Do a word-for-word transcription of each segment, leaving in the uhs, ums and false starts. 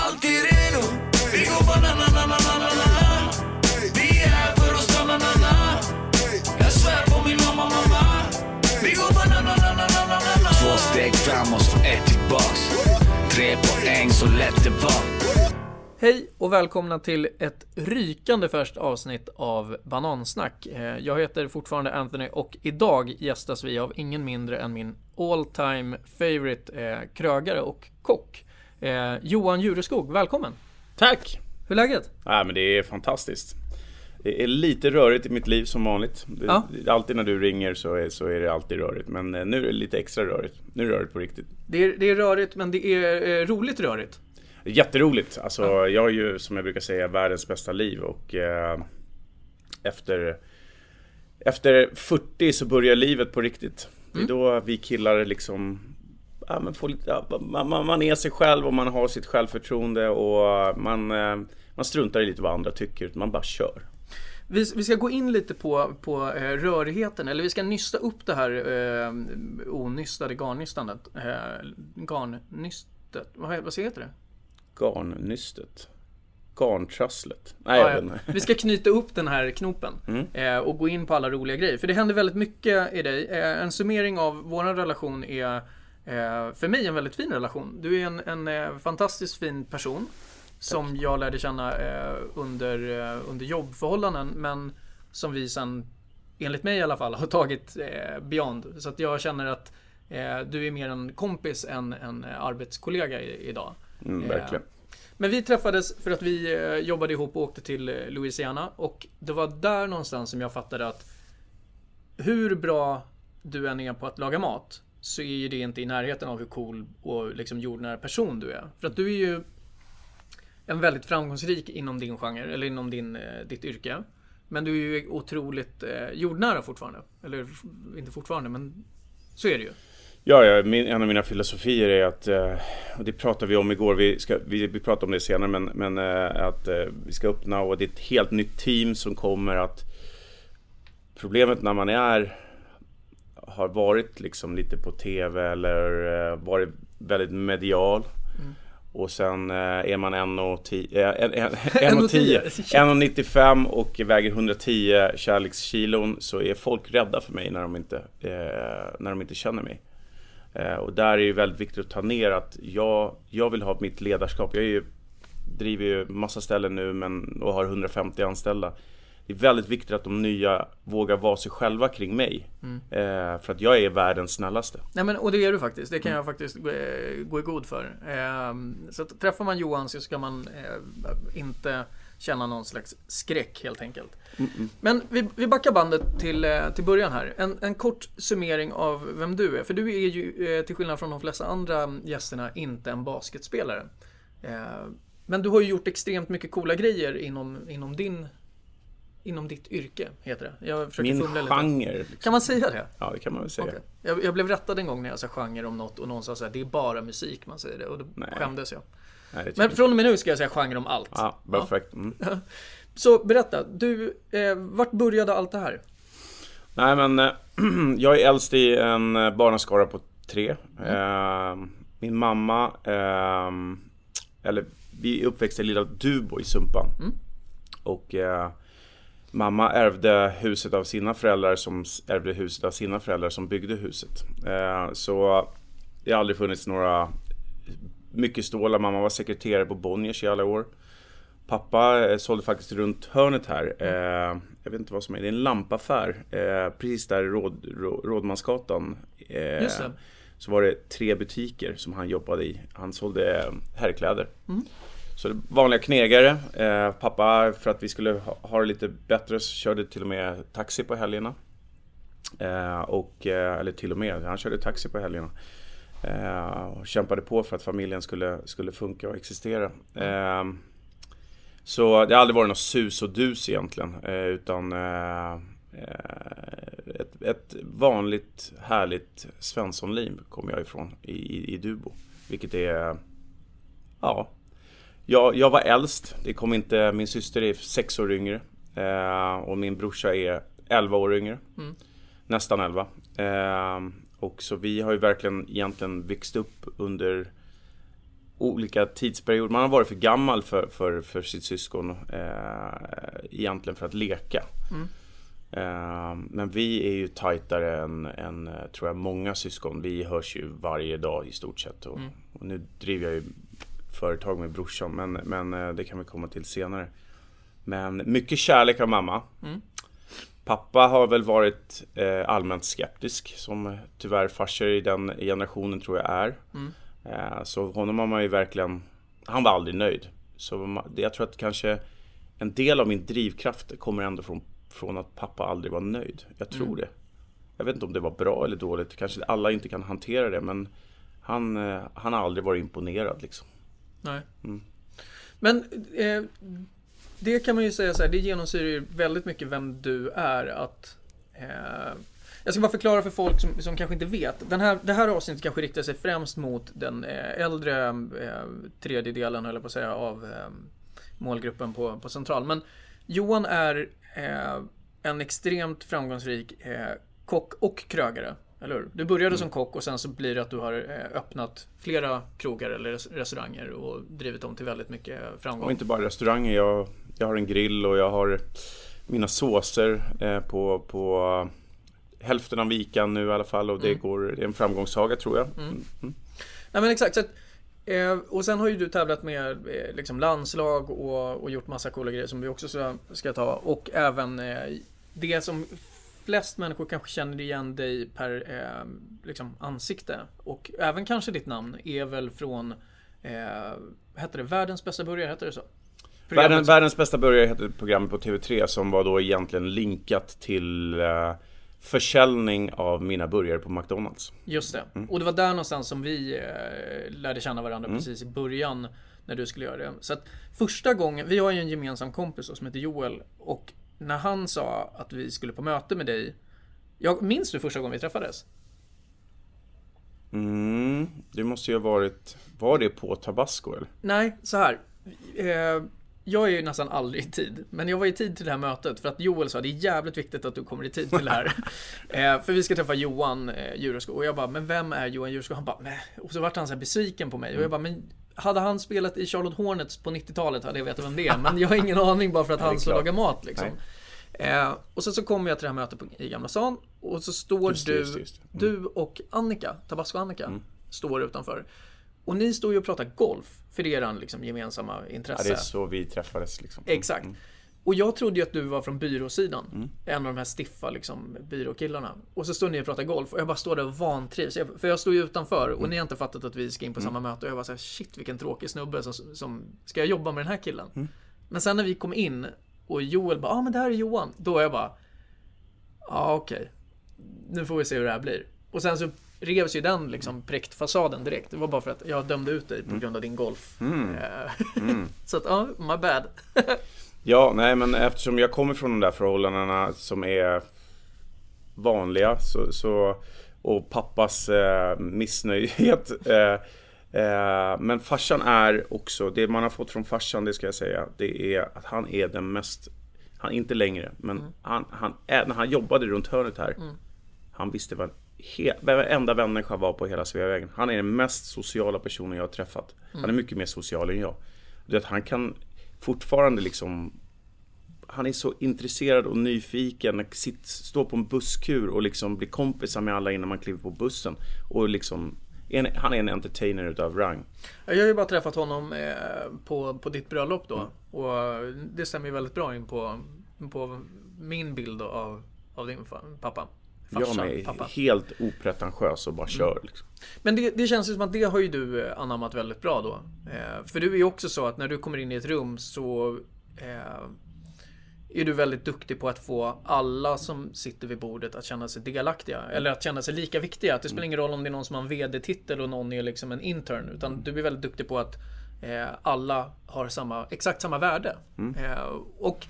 alltid redo. Vi går banananananana. Vi är här för att stanna, nana. Jag svär på min mamma, mamma. Vi går banananananana. Två steg framåt, ett tillbaks. Tre poäng, så lätt det var. Hej och välkomna till ett rykande färskt avsnitt av Banansnack. Jag heter fortfarande Anthony och idag gästas vi av ingen mindre än min all time favorite eh, krögare och kock. Eh, Johan Jureskog, välkommen. Tack! Hur är läget? Ja, men det är fantastiskt. Det är lite rörigt i mitt liv som vanligt. Det, ja. Alltid när du ringer så är, så är det alltid rörigt. Men eh, nu är det lite extra rörigt. Nu är det rörigt på riktigt. Det är, det är rörigt, men det är eh, roligt rörigt. Jätteroligt. Alltså, ja. Jag är ju, som jag brukar säga, världens bästa liv. Och eh, efter, efter fyrtio så börjar livet på riktigt. Det är mm. då vi killar liksom... Ja, man, får lite, ja, man, man är sig själv och man har sitt självförtroende. Och man, eh, man struntar i lite vad andra tycker. Man bara kör. Vi, vi ska gå in lite på, på eh, rörigheten. Eller vi ska nysta upp det här eh, onystade garnnystandet. Eh, garnnystet. Vad, vad heter det? Garnnystet. Garntrasslet. Nej, ja, jag vet inte. Vi ska knyta upp den här knopen mm. eh, och gå in på alla roliga grejer. För det händer väldigt mycket i dig. Eh, en summering av vår relation är eh, för mig en väldigt fin relation. Du är en, en eh, fantastiskt fin person. Som Tack. jag lärde känna eh, under, eh, under jobbförhållanden. Men som vi sen, enligt mig i alla fall, har tagit eh, beyond. Så att jag känner att eh, du är mer en kompis än en arbetskollega i, idag. Mm, verkligen. Eh, men vi träffades för att vi eh, jobbade ihop och åkte till eh, Louisiana. Och det var där någonstans som jag fattade att hur bra du än är på att laga mat så är ju det inte i närheten av hur cool och liksom jordnära person du är. För att du är ju en väldigt framgångsrik inom din genre eller inom din, eh, ditt yrke. Men du är ju otroligt eh, jordnära fortfarande. Eller inte fortfarande, men så är det ju. Ja, ja min, en av mina filosofier är att, och det pratade vi om igår, vi, ska, vi, vi pratar om det senare, men, men att vi ska öppna och det är ett helt nytt team som kommer att problemet när man är har varit liksom lite på tv eller varit väldigt medial mm. och sen är man en komma nittiofem och väger hundratio kärlekskilon så är folk rädda för mig när de inte, när de inte känner mig. Och där är det väldigt viktigt att ta ner att jag, jag vill ha mitt ledarskap. Jag är ju, driver ju massa ställen nu men, och har hundrafemtio anställda. Det är väldigt viktigt att de nya vågar vara sig själva kring mig. Mm. Eh, för att jag är världens snällaste. Nej, men, och det är du faktiskt. Det kan mm. jag faktiskt gå, gå i god för. Eh, så att, träffar man Johan så ska man eh, inte känna någon slags skräck helt enkelt. Mm-mm. Men vi, vi backar bandet till, till början här. En, en kort summering av vem du är. För du är ju till skillnad från de flesta andra gästerna inte en basketspelare. Eh, men du har ju gjort extremt mycket coola grejer inom, inom din inom ditt yrke, heter det. Jag försöker Min genre. Liksom. Kan man säga det? Ja, det kan man väl säga. Okay. Jag, jag blev rättad en gång när jag sa genre om något och någon sa så här, det är bara musik man säger det. Och då Nej. skämdes jag. Nej, men från och med nu ska jag säga genre om allt. Ja, perfekt. Mm. Så berätta, du, eh, vart började allt det här? Nej, men eh, jag är äldst i en barnaskara på tre. Mm. Eh, min mamma, eh, eller vi är uppväxta i lilla Dubo i Sumpan. Mm. Och eh, mamma ärvde huset av sina föräldrar som ärvde huset av sina föräldrar som byggde huset. Eh, så det har aldrig funnits några mycket stålar. Mamma var sekreterare på Bonniers i alla år. Pappa eh, sålde faktiskt runt hörnet här. Eh, jag vet inte vad som är. Det är en lampaffär. Eh, precis där i Råd, Råd, Rådmansgatan. Eh, Just det. Så var det tre butiker som han jobbade i. Han sålde eh, herrkläder. Mm. Så det vanliga knegare. Eh, pappa, för att vi skulle ha, ha det lite bättre, så körde till och med taxi på helgerna. Eh, och, eh, eller till och med, han körde taxi på helgerna. Eh, och kämpade på för att familjen skulle, skulle funka och existera. Eh, så det har aldrig varit något sus och dus egentligen. Eh, utan eh, ett, ett vanligt, härligt Svenssonliv kommer jag ifrån i, i, i Dubo. Vilket är, ja... Jag, jag var äldst, det kom inte, min syster är sex år yngre eh, och min brorsa är elva år yngre, mm. nästan elva. Eh, och så vi har ju verkligen egentligen växt upp under olika tidsperioder. Man har varit för gammal för, för, för sitt syskon eh, egentligen för att leka. Mm. Eh, men vi är ju tajtare än, än tror jag många syskon. Vi hörs ju varje dag i stort sett. Och, mm. och nu driver jag ju företag med brorsan, men, men det kan vi komma till senare. Men mycket kärlek av mamma. Mm. Pappa har väl varit eh, allmänt skeptisk, som tyvärr farsor i den generationen tror jag är. Mm. Eh, så honom har man ju verkligen, han var aldrig nöjd. Så jag tror att kanske en del av min drivkraft kommer ändå från, från att pappa aldrig var nöjd. Jag tror mm. det. Jag vet inte om det var bra eller dåligt. Kanske alla inte kan hantera det, men han, eh, han har aldrig varit imponerad liksom. Nej. Mm. Men eh, det kan man ju säga så här, det genomsyrar ju väldigt mycket vem du är. Att eh, jag ska bara förklara för folk som, som kanske inte vet. Den här, det här avsnittet kanske riktar sig främst mot den eh, äldre eh, tredjedelen, eller på att säga, av eh, målgruppen på, på Central. Men Johan är eh, en extremt framgångsrik eh, kock och krögare. Eller hur? Du började mm. som kock och sen så blir det att du har öppnat flera krogar eller restauranger och drivit dem till väldigt mycket framgång. Och inte bara restauranger, jag, jag har en grill och jag har mina såser eh, på, på hälften av vikan nu i alla fall, och det, mm. går, det är en framgångssaga tror jag. Mm. Mm. Nej men exakt, så att, eh, och sen har ju du tävlat med eh, liksom landslag och, och gjort massa coola grejer som vi också ska, ska ta, och även eh, det som flest människor kanske känner igen dig per eh, liksom ansikte, och även kanske ditt namn är väl från eh, heter det Världens bästa burgare, heter det så? Världen, Världens bästa burgare heter programmet på T V tre, som var då egentligen linkat till eh, försäljning av mina burgare på McDonald's. Just det. Mm. Och det var där någonstans som vi eh, lärde känna varandra mm. precis i början när du skulle göra det. Så att första gången, vi har ju en gemensam kompis som heter Joel, och när han sa att vi skulle på möte med dig, jag minns du första gången vi träffades? Mm, det måste ju ha varit, var det på Tabasco eller? Nej, så här. Eh, jag är ju nästan aldrig i tid, men jag var i tid till det här mötet för att Joel sa det är jävligt viktigt att du kommer i tid till det här. eh, för vi ska träffa Johan eh, Juresko, och jag bara, men vem är Johan Juresko? Han bara, nej. Och så vart han så här besviken på mig, mm. och jag bara, men hade han spelat i Charlotte Hornets på nittiotalet hade jag vetat vem det är, men jag har ingen aning bara för att han ska laga mat liksom. Eh, och sen så kommer jag till det här mötet på, i Gamla stan, och så står just, du just, just. Mm. du och Annika, Tabasco Annika mm. står utanför. Och ni står ju och pratar golf, för det är en liksom gemensamma intresse. Ja, det är så vi träffades liksom. Exakt. Mm. Och jag trodde ju att du var från byråsidan. Mm. En av de här stiffa liksom, byråkillarna. Och så står ni och pratar golf, och jag bara står där och vantrivs. För jag står ju utanför, och mm. ni har inte fattat att vi ska in på mm. samma möte. Och jag bara såhär, shit vilken tråkig snubbe som, som ska jag jobba med den här killen. Mm. Men sen när vi kom in och Joel bara, ja ah, men det här är Johan. Då är jag bara, ja ah, okej. Okay. Nu får vi se hur det här blir. Och sen så revs ju den liksom präktfasaden direkt. Det var bara för att jag dömde ut dig på grund av din golf. Mm. Mm. Så att, ja, my bad. Ja, nej men eftersom jag kommer från de där förhållandena som är vanliga, så, så och pappas eh, missnöjdhet. Eh, eh, men farsan är också, det man har fått från farsan, det ska jag säga, det är att han är den mest, han inte längre, men mm. han, han är, när han jobbade runt hörnet här, mm. han visste vad varenda människa var på hela Sveavägen. Han är den mest sociala personen jag har träffat. Mm. Han är mycket mer social än jag. Det att han kan fortfarande liksom, han är så intresserad och nyfiken, sitt, stå på en busskur och liksom bli kompisar med alla innan man kliver på bussen, och liksom en, han är en entertainer utav rang. Jag har ju bara träffat honom eh, på, på ditt bröllop då, mm. och det stämmer ju väldigt bra in på, på min bild av, av din pappa. Farsan, jag är pappa. Helt opretentiös och bara kör mm. liksom. Men det, det känns som att det har ju du anammat väldigt bra då. Eh, för du är ju också så att när du kommer in i ett rum så eh, är du väldigt duktig på att få alla som sitter vid bordet att känna sig delaktiga. Eller att känna sig lika viktiga. Att det spelar ingen roll om det är någon som har en vd-titel och någon är liksom en intern. Utan du är väldigt duktig på att eh, alla har samma, exakt samma värde. Mm. Eh, och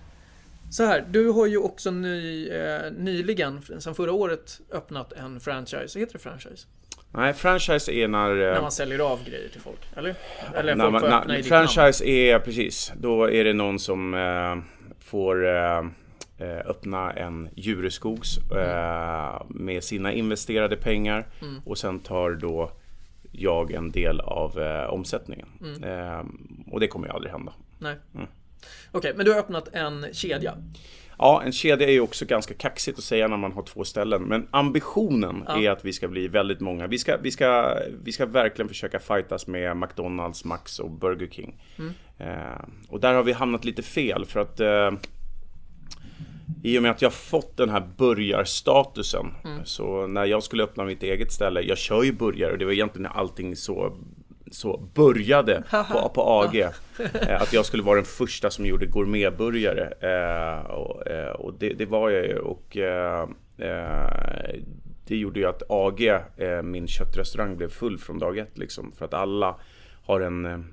så här, du har ju också ny, eh, nyligen, sedan förra året, öppnat en franchise. Heter det franchise? Nej, franchise är när... När man säljer av grejer till folk, eller? Eller när folk man, får öppna när, i ditt franchise namn. Är, precis, då är det någon som eh, får eh, öppna en Jureskogs eh, mm. med sina investerade pengar mm. och sen tar då jag en del av eh, omsättningen. Mm. Eh, och det kommer ju aldrig hända. Nej. Mm. Okej, okay, men du har öppnat en kedja. Ja, en kedja är ju också ganska kaxigt att säga när man har två ställen. Men ambitionen ja. är att vi ska bli väldigt många. Vi ska, vi ska, vi ska verkligen försöka fightas med McDonald's, Max och Burger King. Mm. Eh, och där har vi hamnat lite fel för att eh, i och med att jag fått den här burgarstatusen mm. så när jag skulle öppna mitt eget ställe, jag kör ju burgare och det var egentligen allting så så började på, på A G eh, att jag skulle vara den första som gjorde gourmetburgare eh, och, eh, och det, det var jag ju och eh, eh, det gjorde ju att A G, eh, min köttrestaurang, blev full från dag ett liksom, för att alla har en eh,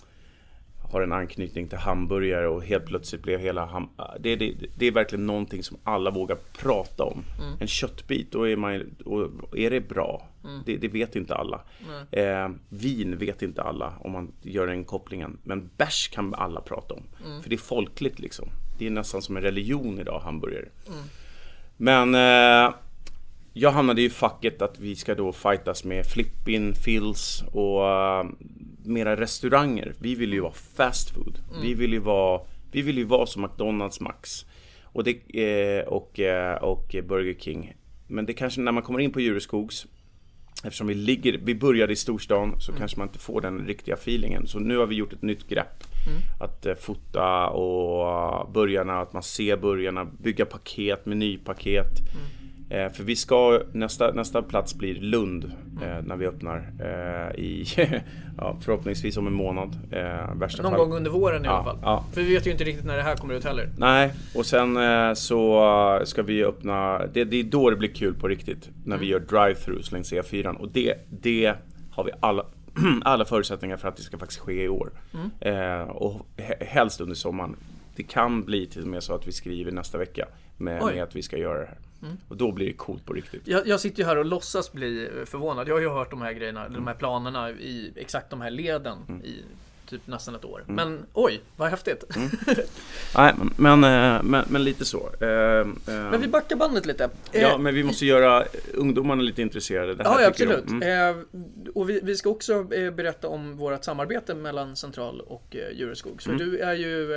har en anknytning till hamburgare och helt plötsligt blev hela ham- det, det, det är verkligen någonting som alla vågar prata om. Mm. En köttbit, då är, man, och är det bra? Mm. Det, det vet inte alla. Eh, vin vet inte alla om man gör den kopplingen. Men bärs kan alla prata om. Mm. För det är folkligt liksom. Det är nästan som en religion idag, hamburgare. Mm. Men eh, jag hamnade i facket att vi ska då fightas med Flippin, Phil's och uh, mera restauranger. Vi vill ju vara fast food. Mm. Vi vill ju vara vi vill ju vara som McDonald's, Max och det eh, och eh, och Burger King. Men det kanske när man kommer in på Djureskogs, eftersom vi ligger vi började i storstan, så mm. kanske man inte får den riktiga feelingen. Så nu har vi gjort ett nytt grepp. Mm. Att eh, fota och uh, burgarna, att man ser burgarna, bygga paket, menypaket. Mm. Eh, för vi ska, nästa, nästa plats blir Lund eh, när vi öppnar eh, i, ja, förhoppningsvis om en månad. Eh, värsta Någon fall. gång under våren i ja, alla fall. Ja. För vi vet ju inte riktigt när det här kommer ut heller. Nej, och sen eh, så ska vi öppna, det, det är då det blir kul på riktigt. När mm. vi gör drive-thrus längs E fyra. Och det, det har vi alla, alla förutsättningar för att det ska faktiskt ske i år. Mm. Eh, och helst under sommaren. Det kan bli till och med så att vi skriver nästa vecka med, med att vi ska göra det här. Mm. Och då blir det coolt på riktigt. Jag, jag sitter ju här och låtsas bli förvånad. Jag har ju hört de här grejerna, mm. de här planerna i exakt de här leden mm. i typ nästan ett år. Mm. Men oj, vad häftigt. Mm. Nej, men, men, men lite så. Men vi backar bandet lite. Ja, men vi måste göra ungdomarna lite intresserade. Det här ja, absolut. Mm. Och vi, vi ska också berätta om vårt samarbete mellan Central och Djureskog. Så mm. du är ju...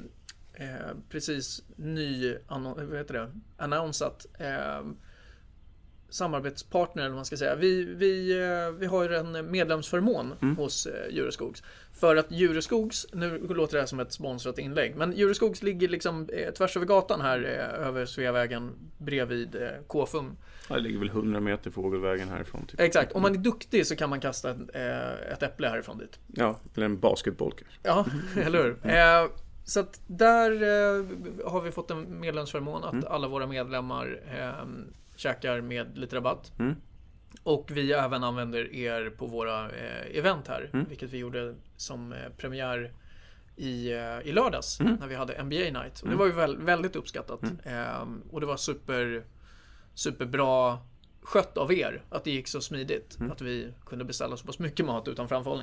Eh, precis ny vad heter det, annonsat eh, samarbetspartner, eller vad man ska säga. Vi, vi, eh, vi har en medlemsförmån mm. hos eh, Djureskogs. För att Djureskogs, nu låter det här som ett sponsrat inlägg, men Djureskogs ligger liksom eh, tvärs över gatan här eh, över Sveavägen bredvid eh, K F U M. Ja, det ligger väl hundra meter fågelvägen härifrån. Typ. Exakt, om man är duktig så kan man kasta ett, eh, ett äpple härifrån dit. Ja, eller en basketboll kanske. Ja, eller hur? Eh, Så att där eh, har vi fått en medlemsförmån att mm. alla våra medlemmar eh, käkar med lite rabatt. Mm. Och vi även använder er på våra eh, event här, mm. vilket vi gjorde som eh, premiär i, eh, i lördags mm. när vi hade N B A Night. Och det var ju väl, väldigt uppskattat. Mm. Eh, och det var super, superbra skött av er att det gick så smidigt. Mm. Att vi kunde beställa så pass mycket mat utan framförhållning.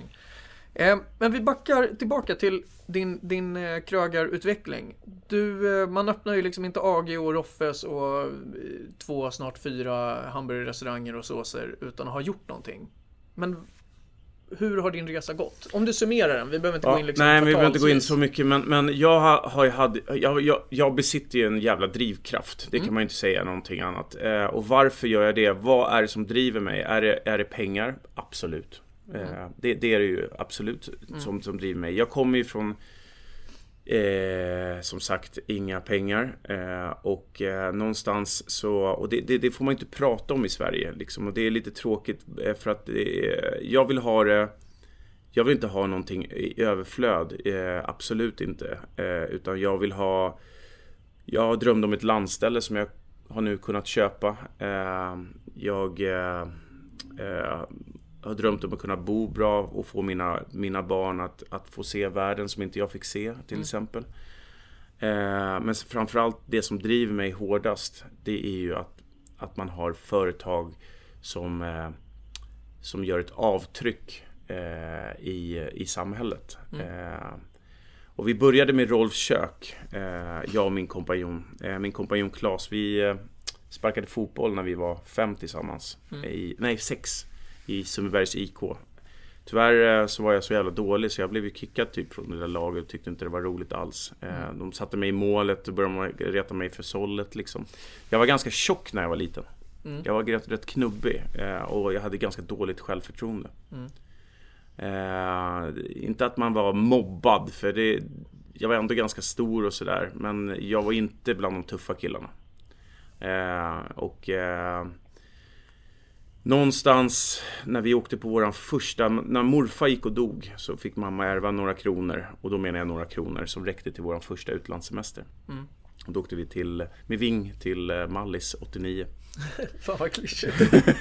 Men vi backar tillbaka till din, din eh, krögarutveckling. Du, eh, man öppnar ju liksom inte A G och Roffes och eh, två, snart fyra hamburgerrestauranger och såser utan att ha gjort någonting. Men hur har din resa gått? Om du summerar den, vi behöver inte ja, gå in liksom nej, vi behöver inte gå in så mycket, men, men jag har, har hade, jag, jag, jag besitter ju en jävla drivkraft. Det mm. kan man ju inte säga någonting annat. Eh, och varför gör jag det? Vad är det som driver mig? Är det, är det pengar? Absolut. Mm. Det, det är det ju absolut mm. som, som driver mig. Jag kommer ju från eh, som sagt inga pengar eh, och eh, någonstans så och det, det, det får man inte prata om i Sverige liksom, och det är lite tråkigt eh, för att eh, jag vill ha det jag vill inte ha någonting i överflöd eh, absolut inte eh, utan jag vill ha jag drömde om ett landställe som jag har nu kunnat köpa eh, jag eh, eh, Jag har drömt om att kunna bo bra och få mina, mina barn att, att få se världen som inte jag fick se till mm. exempel. Eh, men framförallt det som driver mig hårdast, det är ju att, att man har företag som, eh, som gör ett avtryck eh, i, i samhället. Mm. Eh, och vi började med Rolfs kök, eh, jag och min kompanjon. Eh, min kompanjon Claes, vi eh, sparkade fotboll när vi var fem tillsammans. Mm. I, nej, sex. I Sundbybergs I K. Tyvärr så var jag så jävla dålig så jag blev ju kickad typ från det där laget och tyckte inte det var roligt alls. Mm. De satte mig i målet och började reta mig för sållet liksom. Jag var ganska tjock när jag var liten. Mm. Jag var rätt, rätt knubbig och jag hade ganska dåligt självförtroende. Mm. Eh, inte att man var mobbad för det, jag var ändå ganska stor och sådär, men jag var inte bland de tuffa killarna. Eh, och eh, någonstans när vi åkte på våran första, när morfar gick och dog så fick mamma ärva några kronor, och då menar jag några kronor som räckte till våran första utlandssemester. Mm. Och då åkte vi till, med Ving till Mallis åttionio. Fan vad klyschigt.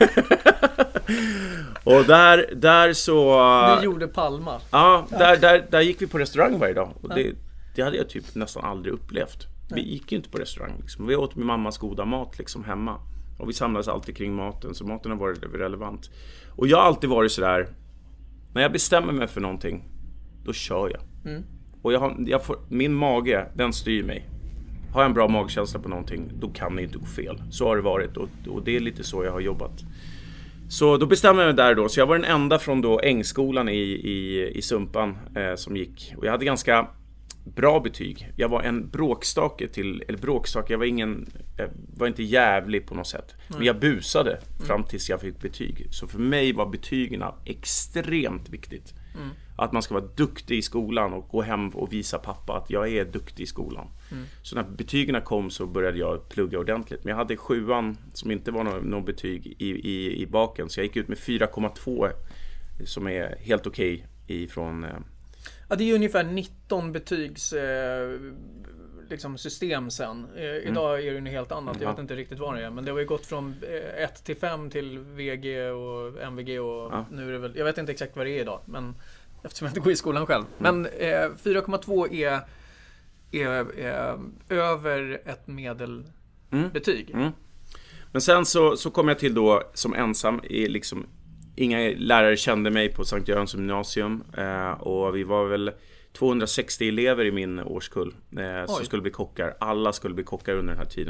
Och där, där så... Ni gjorde Palma. Ja, där, där, där gick vi på restaurang varje dag. Och det, det hade jag typ nästan aldrig upplevt. Vi gick ju inte på restaurang liksom. Vi åt med mammas goda mat liksom hemma. Och vi samlades alltid kring maten. Så maten har varit relevant. Och jag har alltid varit sådär, när jag bestämmer mig för någonting, då kör jag. Mm. Och jag har, jag får, min mage, den styr mig. Har jag en bra magkänsla på någonting, då kan det inte gå fel. Så har det varit, och, och det är lite så jag har jobbat. Så då bestämde jag mig där då. Så jag var den enda från då Ängskolan i, i, i Sumpan eh, som gick. Och jag hade ganska bra betyg. Jag var en bråkstake till, eller bråkstake, jag var ingen, jag var inte jävlig på något sätt. Mm. Men jag busade mm. fram tills jag fick betyg. Så för mig var betygen extremt viktigt. Mm. Att man ska vara duktig i skolan och gå hem och visa pappa att jag är duktig i skolan. Mm. Så när betygen kom så började jag plugga ordentligt. Men jag hade sjuan som inte var någon, någon betyg i, i, i baken. Så jag gick ut med fyra komma två som är helt okej okay ifrån... Eh... Ja, det är ungefär nitton betygs eh, liksom system sen. Eh, mm. Idag är det ju helt annat. Jag vet inte riktigt vad det är. Men det har ju gått från eh, ett till fem till V G och M V G och ja. Nu är det väl... Jag vet inte exakt vad det är idag, men... Eftersom jag inte går i skolan själv. Mm. Men eh, fyra komma två är, är, är över ett medelbetyg. Mm. Mm. Men sen så, så kom jag till då som ensam. I liksom, inga lärare kände mig på Sankt Görans gymnasium. Eh, och vi var väl tvåhundrasextio elever i min årskull. Eh, som skulle bli kockar. Alla skulle bli kockar under den här tiden.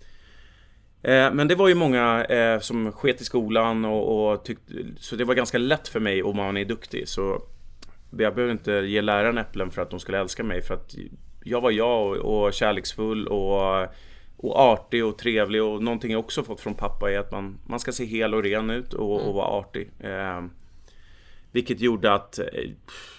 Eh, men det var ju många eh, som sket i skolan. Och, och tyckte, så det var ganska lätt för mig om man är duktig. Så... Jag behöver inte ge läraren äpplen för att de skulle älska mig. För att jag var jag och, och kärleksfull och, och artig och trevlig. Och någonting jag också fått från pappa är att man, man ska se hel och ren ut och, mm. och vara artig. Eh, vilket gjorde att eh,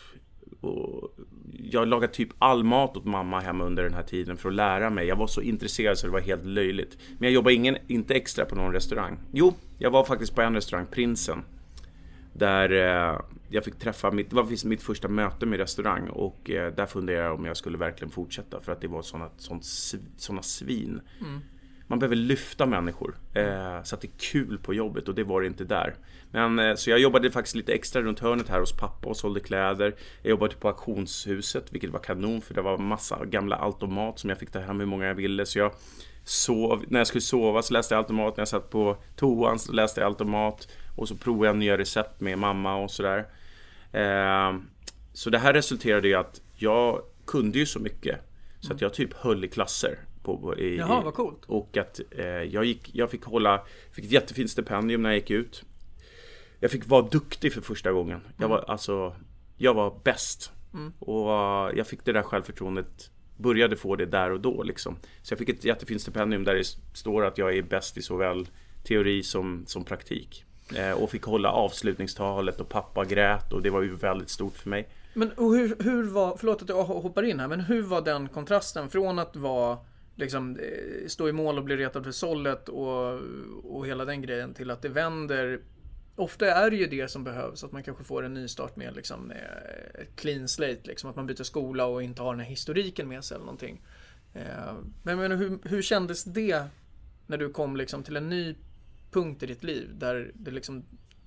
jag lagade typ all mat åt mamma hemma under den här tiden för att lära mig. Jag var så intresserad så det var helt löjligt. Men jag jobbade ingen, inte extra på någon restaurang. Jo, jag var faktiskt på en restaurang, Prinsen. Där eh, jag fick träffa mitt, det var mitt första möte med restaurang. Och eh, där funderade jag om jag skulle verkligen fortsätta. För att det var såna, sånt, såna svin. Mm. Man behöver lyfta människor. Eh, så att det är kul på jobbet. Och det var det inte där. Men, eh, så jag jobbade faktiskt lite extra runt hörnet här hos pappa och sålde kläder. Jag jobbade på auktionshuset, vilket var kanon. För det var massa gamla automat som jag fick ta hem hur många jag ville. Så jag sov, när jag skulle sova så läste jag automat. När jag satt på toan så läste jag automat. Och så provade jag nya recept med mamma och sådär. Eh, så det här resulterade i att jag kunde ju så mycket. Så mm. att jag typ höll i klasser. På, i, Jaha, vad coolt. Och att eh, jag, gick, jag fick hålla, fick ett jättefint stipendium när jag gick ut. Jag fick vara duktig för första gången. Mm. Jag var, alltså, jag var bäst. Mm. Och uh, jag fick det där självförtroendet. Började få det där och då liksom. Så jag fick ett jättefint stipendium där det står att jag är bäst i såväl teori som, som praktik. Och fick hålla avslutningstalet och pappa grät och det var ju väldigt stort för mig. Men och hur, hur var, förlåt att jag hoppar in här, men hur var den kontrasten från att vara liksom, stå i mål och bli retad för sållet och, och hela den grejen till att det vänder? Ofta är det ju det som behövs, att man kanske får en ny start med liksom, ett clean slate, liksom, att man byter skola och inte har den här historiken med sig eller någonting. Men, men hur, hur kändes det när du kom liksom, till en ny punkt i ditt liv där det liksom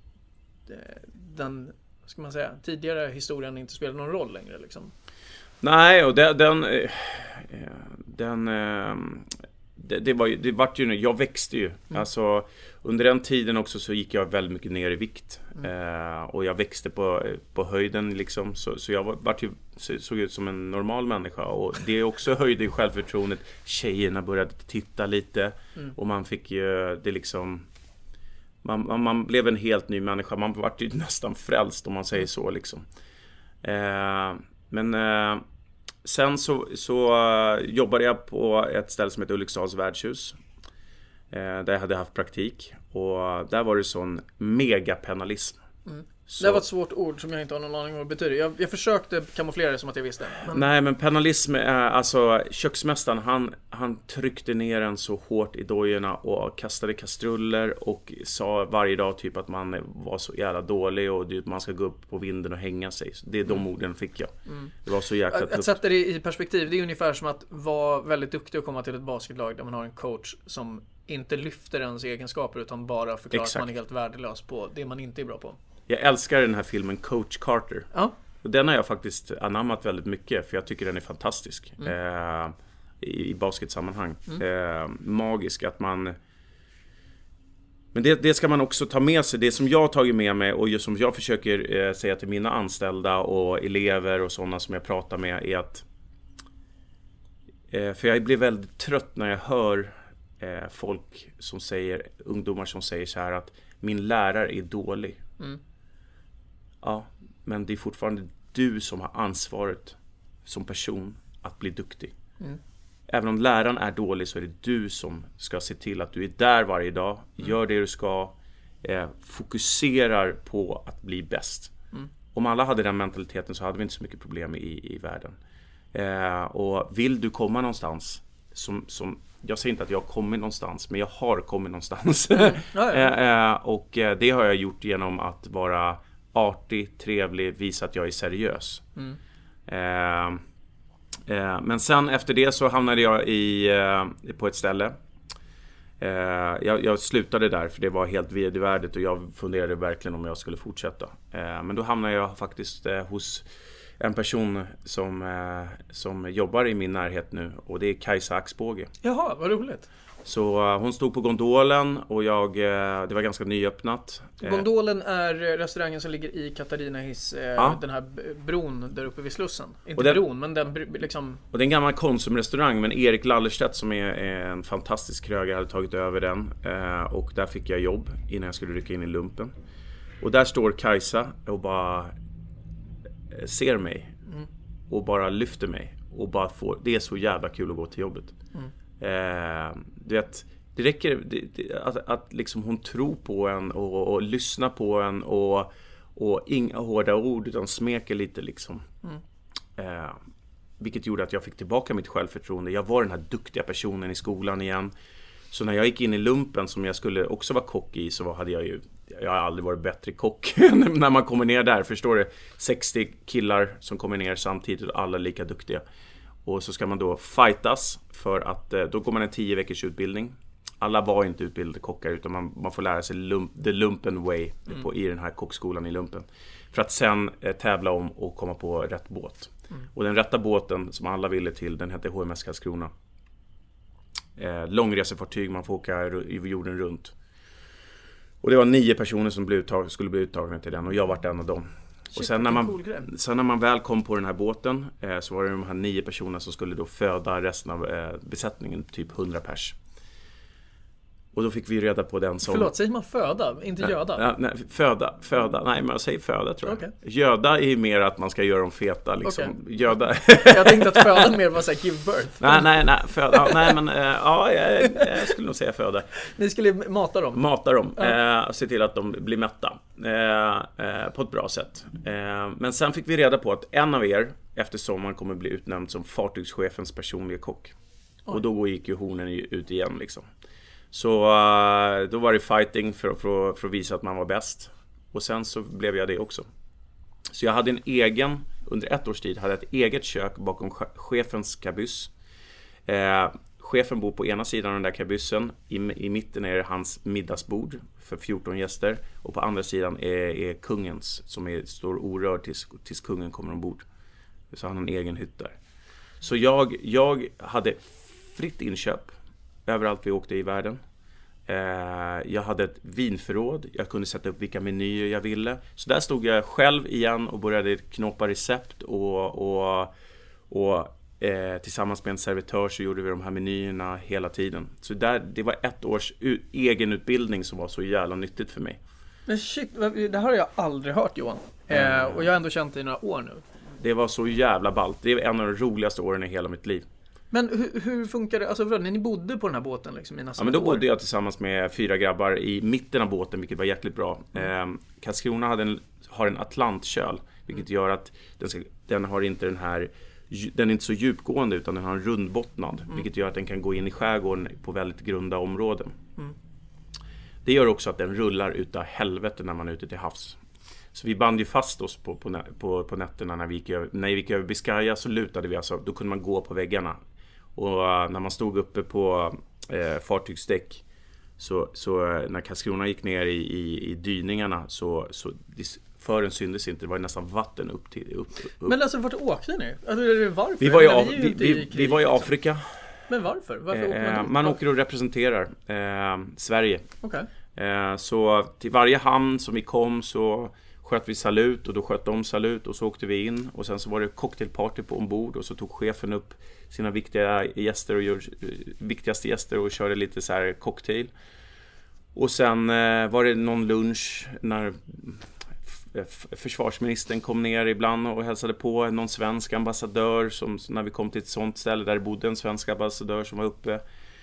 den, vad ska man säga, tidigare historien inte spelar någon roll längre liksom? Nej, och det, den den det, det var ju, det vart ju, jag växte ju. Mm. Alltså under den tiden också så gick jag väldigt mycket ner i vikt. Mm. Eh, och jag växte på, på höjden liksom. Så, så jag var, vart ju, såg ut som en normal människa. Och det också höjde ju självförtroendet. Tjejerna började titta lite. Mm. Och man fick ju det liksom... man, man, man blev en helt ny människa. Man var ju nästan frälst om man säger så liksom. Eh, men eh, sen så, så uh, jobbade jag på ett ställe som heter Ulriksdals värdshus. Eh, där jag hade haft praktik. Och där var det sån megapenalism. Mm. Så. Det var ett svårt ord som jag inte har någon aning om vad det betyder. Jag, jag försökte kamouflera det som att jag visste. Men... Nej, men penalism är alltså köksmästaren, han, han tryckte ner en så hårt i dojorna och kastade kastruller och sa varje dag typ att man var så jävla dålig och man ska gå upp på vinden och hänga sig. Det är de mm. orden fick jag. Mm. Det var så jäkla tufft. Att sätta det i perspektiv, det är ungefär som att vara väldigt duktig och komma till ett basketlag där man har en coach som inte lyfter ens egenskaper utan bara förklarar Exakt. Att man är helt värdelös på det man inte är bra på. Jag älskar den här filmen Coach Carter. Ja. Den har jag faktiskt anammat väldigt mycket för jag tycker den är fantastisk. Mm. Eh, i, I basketsammanhang. Mm. Eh, magisk att man... Men det, det ska man också ta med sig. Det som jag har tagit med mig och just som jag försöker eh, säga till mina anställda och elever och sådana som jag pratar med är att... Eh, för jag blir väldigt trött när jag hör eh, folk som säger, ungdomar som säger så här att min lärare är dålig. Mm. Ja, men det är fortfarande du som har ansvaret som person att bli duktig. Mm. Även om läraren är dålig så är det du som ska se till att du är där varje dag. Mm. Gör det du ska. Eh, fokuserar på att bli bäst. Mm. Om alla hade den mentaliteten så hade vi inte så mycket problem i, i världen. Eh, och vill du komma någonstans som, som jag säger inte att jag har kommit någonstans, men jag har kommit någonstans. Mm. Ja, ja. eh, och det har jag gjort genom att vara artig, trevlig, visa att jag är seriös. Mm. Eh, eh, men sen efter det så hamnade jag i, eh, på ett ställe. Eh, jag, jag slutade där för det var helt vedervärdigt och jag funderade verkligen om jag skulle fortsätta. Eh, men då hamnade jag faktiskt eh, hos en person som, eh, som jobbar i min närhet nu och det är Kajsa Axbåge. Jaha, vad roligt. Så uh, hon stod på gondolen och jag, uh, det var ganska nyöppnat. Gondolen är restaurangen som ligger i Katarinahiss, uh, ja. Den här bron där uppe vid Slussen. Inte den, bron, men den liksom... Och det är en gammal konsumrestaurang, men Erik Lallerstedt som är, är en fantastisk krögare hade tagit över den. Uh, och där fick jag jobb innan jag skulle rycka in i lumpen. Och där står Kajsa och bara ser mig. Mm. Och bara lyfter mig. Och bara får, det är så jävla kul att gå till jobbet. Mm. Eh, du vet, det räcker det, det, att, att liksom hon tror på en och, och, och lyssnar på en och, och inga hårda ord utan smeker lite liksom. Mm. Eh, vilket gjorde att jag fick tillbaka mitt självförtroende. Jag var den här duktiga personen i skolan igen. Så när jag gick in i lumpen som jag skulle också vara kock i så hade jag ju, jag har aldrig varit bättre kock när man kommer ner där, förstår du? sextio killar som kommer ner samtidigt och alla lika duktiga. Och så ska man då fightas för att då går man en tio veckors utbildning. Alla var inte utbildade kockar utan man, man får lära sig lump, the lumpen way mm. på, i den här kockskolan i lumpen. För att sen eh, tävla om och komma på rätt båt. Mm. Och den rätta båten som alla ville till, den hette H M S Karlskrona. Eh, långresefartyg, man får åka i jorden runt. Och det var nio personer som blev uttag, skulle bli uttagna till den och jag var en av dem. Shit, och sen när, man, cool sen när man väl kom på den här båten eh, så var det de här nio personerna som skulle då föda resten av eh, besättningen, typ hundra pers. Och då fick vi reda på den som... Förlåt, säger man föda? Inte nej, göda? Nej, nej, föda, föda. Nej, men jag säger föda tror jag. Okay. Göda är mer att man ska göra dem feta. Liksom. Okay. Göda. Jag tänkte att föda mer var så här give birth. Nej, nej, nej. Föda. Nej, men äh, ja, jag, jag skulle nog säga föda. Ni skulle mata dem? Mata dem. Ja. Eh, se till att de blir mätta. Eh, eh, på ett bra sätt. Eh, men sen fick vi reda på att en av er efter sommaren kommer bli utnämnd som fartygschefens personliga kock. Oj. Och då gick ju hornen ut igen liksom. Så uh, då var det fighting för, för, för att visa att man var bäst. Och sen så blev jag det också. Så jag hade en egen, under ett års tid, hade ett eget kök bakom chefens kabyss. Eh, chefen bor på ena sidan av den där kabyssen. I, I mitten är det hans middagsbord för fjorton gäster. Och på andra sidan är, är kungens som är, står orörd tills, tills kungen kommer ombord. Så han har en egen hytt där. Så jag, jag hade fritt inköp överallt vi åkte i världen. Eh, jag hade ett vinförråd. Jag kunde sätta upp vilka menyer jag ville. Så där stod jag själv igen och började knåpa recept och, och, och Eh, tillsammans med en servitör så gjorde vi de här menyerna hela tiden. Så där, det var ett års u- egenutbildning som var så jävla nyttigt för mig. Men shit, det här har jag aldrig hört, Johan. Eh, Mm. och jag har ändå känt det i några år nu. Det var så jävla ballt. Det är en av de roligaste åren i hela mitt liv. Men hur, hur funkar det? Alltså, när ni bodde på den här båten liksom, i nästan Ja, men då ett år? bodde jag tillsammans med fyra grabbar i mitten av båten, vilket var jäkligt bra. Eh, Karlskrona hade en, har en Atlantköl, vilket gör att den, ska, den har inte den här, den är inte så djupgående utan den har en rundbottnad, mm. vilket gör att den kan gå in i skärgården på väldigt grunda områden. Mm. Det gör också att den rullar utav helvete när man är ute till havs. Så vi band ju fast oss på, på, på, på nätterna när vi gick över, när vi gick över Biscaya, så lutade vi alltså, då kunde man gå på väggarna. Och uh, när man stod uppe på uh, fartygsdäck, så, så uh, när Karlskrona gick ner i, i, i dyningarna, så, så fören syntes inte, det var nästan vatten upp till upp, upp. Men alltså vart åkte ni? Alltså, varför? Vi var i, Af- vi, vi, vi, vi, vi var i Afrika. Men varför? Varför eh, åker man dit? Man åker och representerar eh, Sverige. Okay. eh, Så till varje hamn som vi kom så sköt vi salut, och då sköt de salut, och så åkte vi in, och sen så var det cocktailparty på ombord, och så tog chefen upp sina viktiga gäster och gör, viktigaste gäster och körde lite så här cocktail. Och sen eh, var det någon lunch när f- försvarsministern kom ner ibland och hälsade på, någon svensk ambassadör som, när vi kom till ett sånt ställe där det bodde en svensk ambassadör som var uppe.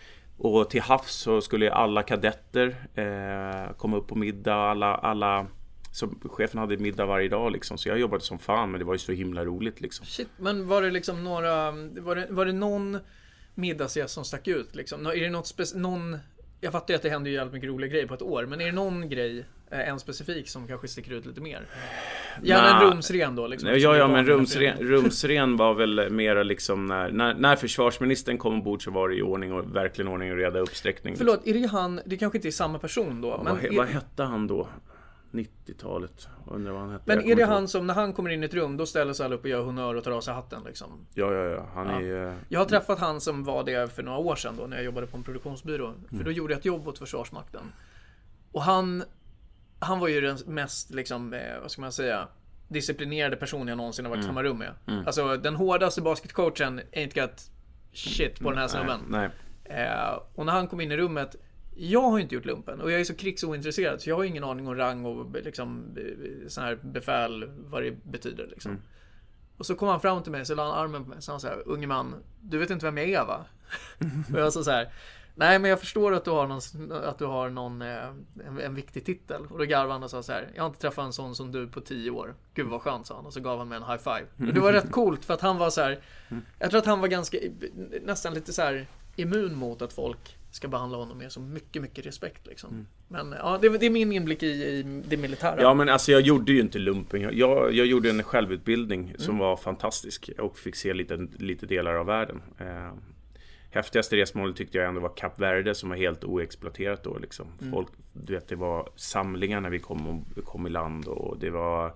Och till havs så skulle alla kadetter eh, komma upp på middag, alla, alla så chefen hade middag varje dag liksom, så jag jobbade som fan, men det var ju så himla roligt liksom. Shit, men var det liksom några, var det, var det någon middagsgäst som stack ut liksom? Är det något spec- någon, jag fattar ju att det händer ju jävligt mycket roliga grejer på ett år, men är det någon grej, en specifik, som kanske sticker ut lite mer? Gärna en rumsren då liksom. Nej, ja, ja, men rumsren, rumsren var väl mer liksom när, när, när försvarsministern kom ombord, så var det i ordning och verkligen ordning och reda uppsträckning. Förlåt, är det han, det kanske inte är samma person då? Ja, men vad, är, vad hette han då? nittiotalet, undrar vad han hette. Men är det han som när han kommer in i ett rum, då ställer sig alla upp och gör honör och tar av sig hatten liksom? Ja, ja, ja, han ja. är... Jag har träffat han som var det för några år sedan då, när jag jobbade på en produktionsbyrå. Mm. För då gjorde jag ett jobb åt Försvarsmakten. Och han, han var ju den mest, liksom, eh, vad ska man säga, disciplinerade person jag någonsin har varit i mm. samma rum med. Mm. Alltså, den hårdaste basketcoachen ain't got shit på den här snubben. Nej, nej. Eh, och när han kom in i rummet, jag har inte gjort lumpen och jag är så krigsointresserad, så jag har ingen aning om rang och liksom sån här befäl, vad det betyder liksom. Mm. Och så kom han fram till mig, så la han armen på mig, så han så här: unge man, du vet inte vem jag är, va? Och jag sa så här: nej, men jag förstår att du har någon, att du har någon eh, en, en viktig titel. Och då garvade han och sa så här: jag har inte träffat en sån som du på tio år. Gud vad skönt, sa han. Och så gav han mig en high five. Och det var rätt coolt, för att han var så här, jag tror att han var ganska, nästan lite så här immun mot att folk ska behandla honom med så mycket, mycket respekt liksom. Mm. Men ja, det, det är min inblick i, i det militära. Ja, men alltså jag gjorde ju inte lumpen. Jag, jag, jag gjorde en självutbildning mm. som var fantastisk och fick se lite, lite delar av världen. Eh, häftigaste resmålet tyckte jag ändå var Kap Verde, som var helt oexploaterat då liksom. Mm. Folk, du vet, det var samlingar när vi kom, och, kom i land, och det var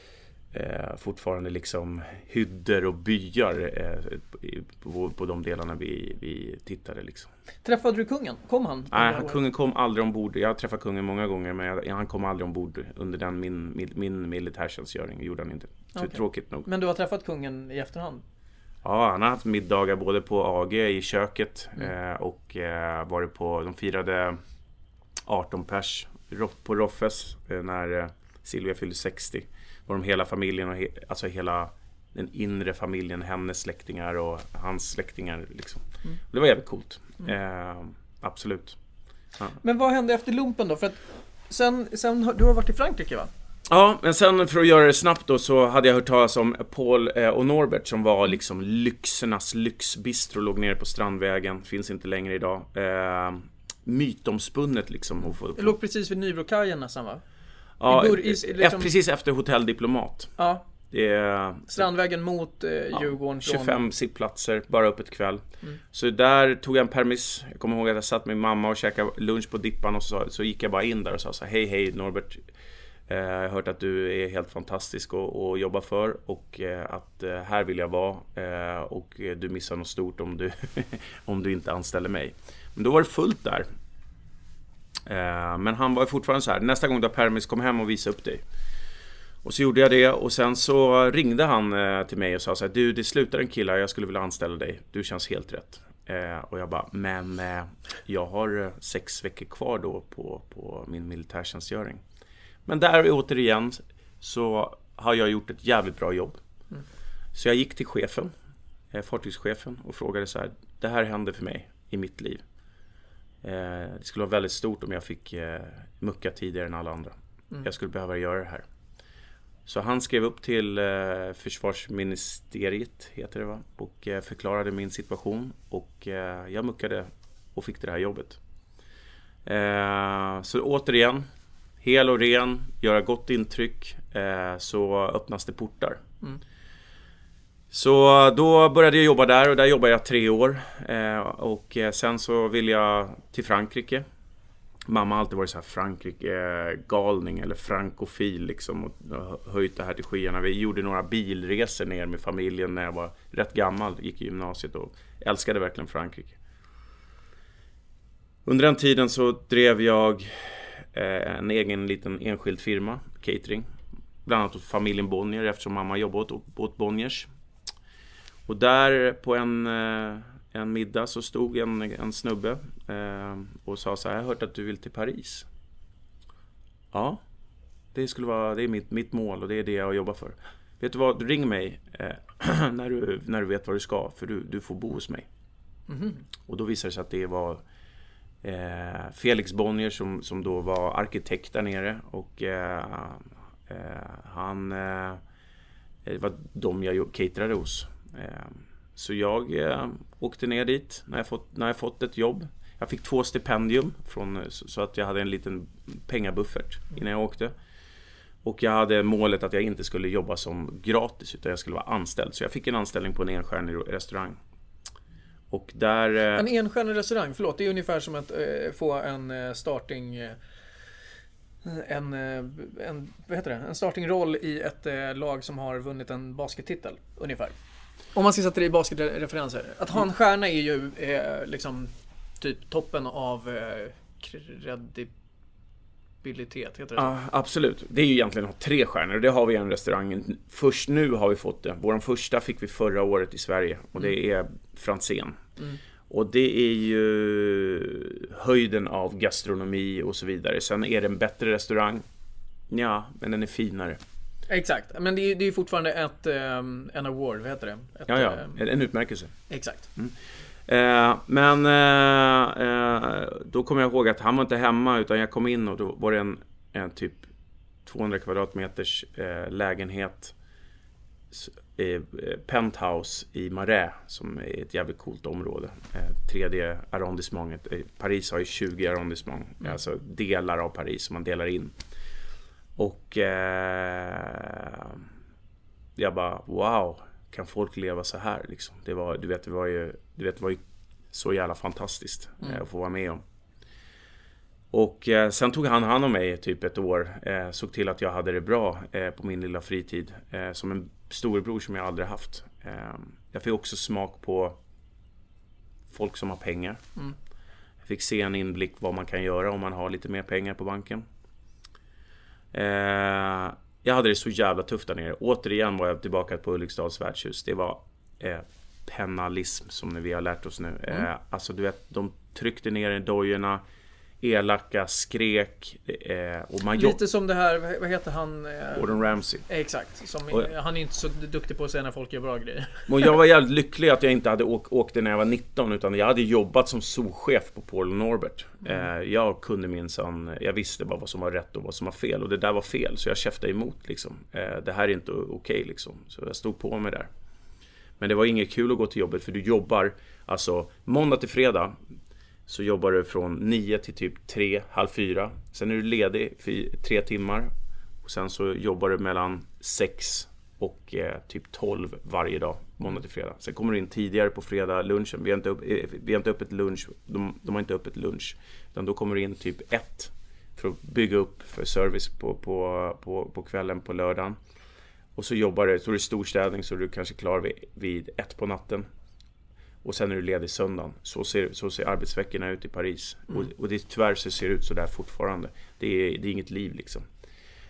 Eh, fortfarande liksom hyddor och byar eh, på, på de delarna vi, vi tittade liksom. Träffade du kungen? Kom han? Nej, han, kungen kom aldrig ombord. Jag har träffat kungen många gånger, men jag, han kom aldrig ombord under den min, min, min militärtjänstgöring. Gjorde han inte. Okay. Tråkigt nog. Men du har träffat kungen i efterhand? Ja, han har haft middagar både på A G i köket mm. eh, och eh, varit på, de firade arton pers på Roffes eh, när eh, Silvia fyllde sextio. Var de hela familjen, och he, alltså hela den inre familjen, hennes släktingar och hans släktingar liksom. Mm. Det var jävligt coolt. Mm. Eh, absolut. Ja. Men vad hände efter lumpen då? För att sen, sen du har varit i Frankrike, va? Ja, men sen för att göra det snabbt då, så hade jag hört talas om Paul eh, och Norbert, som var liksom lyxernas lyxbistro, låg nere på Strandvägen, finns inte längre idag. Eh, mytomspunnet liksom. Och få, det låg precis vid Nybrokajen nästan, va? Ja, bor, i, liksom, precis efter Hotell Diplomat. Ja. Det är, Strandvägen mot eh, Djurgården. Ja, tjugofem sittplatser, bara öppet kväll. Mm. Så där tog jag en permis. Jag kommer ihåg att jag satt med mamma och käkade lunch på Dippan, och så, så gick jag bara in där och sa så här: hej, hej Norbert. Eh, jag har hört att du är helt fantastisk och, och jobbar för, och eh, att eh, här vill jag vara, eh, och du missar något stort om du, om du inte anställer mig. Men då var det fullt där. Men han var fortfarande så här: nästa gång du har permis, kom hem och visa upp dig. Och så gjorde jag det och sen så ringde han eh, till mig och sa så här: du, det slutar en kille, jag skulle vilja anställa dig. Du känns helt rätt. Eh, och jag bara, men eh, jag har eh, sex veckor kvar då på, på min militärtjänstgöring. Men där återigen så har jag gjort ett jävligt bra jobb. Mm. Så jag gick till chefen, eh, fartygschefen och frågade så här: det här hände för mig i mitt liv. Eh, det skulle vara väldigt stort om jag fick eh, mucka tidigare än alla andra. Mm. Jag skulle behöva göra det här. Så han skrev upp till eh, försvarsministeriet, heter det va? Och eh, förklarade min situation. Och eh, jag muckade och fick det här jobbet. Eh, så återigen, hel och ren, göra gott intryck, eh, så öppnas det portar. Mm. Så då började jag jobba där och där jobbade jag tre år. Eh, och eh, sen så ville jag till Frankrike. Mamma har alltid varit så här Frankrike-galning eller frankofil liksom, och höjt det här till skyarna. Vi gjorde några bilresor ner med familjen när jag var rätt gammal, gick i gymnasiet och älskade verkligen Frankrike. Under den tiden så drev jag eh, en egen liten enskild firma, catering. Bland annat åt familjen Bonnier eftersom mamma jobbade åt, åt Bonniers. Och där på en... Eh, En middag så stod en, en snubbe eh, och sa så här: jag har hört att du vill till Paris. Ja, det skulle vara, det är mitt, mitt mål och det är det jag jobbar för. Vet du vad, ring mig eh, när, du, när du vet vad du ska, för du, du får bo hos mig. Mm-hmm. Och då visade det sig att det var eh, Felix Bonnier som, som då var arkitekt där nere. Och eh, eh, han eh, det var de jag caterade hos. Eh, Så jag eh, åkte ner dit när jag, fått, när jag fått ett jobb. Jag fick två stipendium från, så, så att jag hade en liten pengabuffert innan jag åkte. Och jag hade målet att jag inte skulle jobba som gratis utan jag skulle vara anställd. Så jag fick en anställning på en enstjärnig restaurang. Och där... Eh... En enstjärnig restaurang, förlåt, det är ungefär som att eh, få en eh, starting... Eh... En, en, vad heter det? En startingroll i ett eh, lag som har vunnit en baskettitel, ungefär. Om man ska sätta det i basketreferenser. Att ha en stjärna är ju eh, liksom typ toppen av eh, kredibilitet, heter det? Ja, absolut. Det är ju egentligen att ha tre stjärnor och det har vi i en restaurang. Först nu har vi fått det. Vår första fick vi förra året i Sverige och det är Franzén. Mm. Och det är ju höjden av gastronomi och så vidare. Sen är det en bättre restaurang. Ja, men den är finare. Exakt, men det är, det är fortfarande ett, um, en award, vad heter det? Ett, ja, ja, en utmärkelse. Exakt. Mm. Eh, men eh, eh, då kommer jag ihåg att han var inte hemma utan jag kom in och då var det en, en typ tvåhundra kvadratmeters eh, lägenhet, eh, penthouse i Marais som är ett jävligt coolt område. Eh, tredje arrondissementet. Eh, Paris har ju tjugo arrondissement, mm. alltså delar av Paris som man delar in. Och eh, jag bara, wow, kan folk leva så här liksom? Det var, du vet, det var ju, du vet, det var ju så jävla fantastiskt mm. eh, att få vara med om. Och eh, sen tog han hand om mig typ ett år, eh, såg till att jag hade det bra eh, på min lilla fritid, eh, som en storebror som jag aldrig haft. Eh, jag fick också smak på folk som har pengar. Mm. Jag fick se en inblick vad man kan göra om man har lite mer pengar på banken. Eh, jag hade det så jävla tufft där nere. Återigen var jag tillbaka på Ulriksdals värdshus. Det var eh, penalism som vi har lärt oss nu. Mm. Eh, alltså du vet, de tryckte ner i dojorna, elaka, skrek eh, och man lite som det här, vad heter han? Eh, Gordon Ramsay. Exakt, som, och, han är inte så duktig på att säga när folk gör bra grejer. Och jag var jävligt lycklig att jag inte hade åkt, åkte när jag var nitton utan jag hade jobbat som souschef på Paul Norbert. Mm. Eh, jag kunde minsann, jag visste bara vad som var rätt och vad som var fel och det där var fel så jag käftade emot liksom. Eh, det här är inte okej okay, liksom. Så jag stod på mig där. Men det var inget kul att gå till jobbet för du jobbar alltså måndag till fredag. Så jobbar du från nio till typ tre, halv fyra. Sen är du ledig för tre timmar. Och sen så jobbar du mellan sex och eh, typ tolv varje dag, måndag till fredag. Sen kommer du in tidigare på fredag lunchen. Vi har inte, upp, vi har inte öppet lunch. De, de har inte öppet lunch. Utan då kommer du in typ ett för att bygga upp för service på, på, på, på kvällen på lördagen. Och så jobbar du, så är det storstädning så du kanske klarar vid, vid ett på natten. Och sen är du ledig söndagen. Så ser, så ser arbetsveckorna ut i Paris. Mm. Och, och det tyvärr så ser det ut så där fortfarande. Det är, det är inget liv liksom.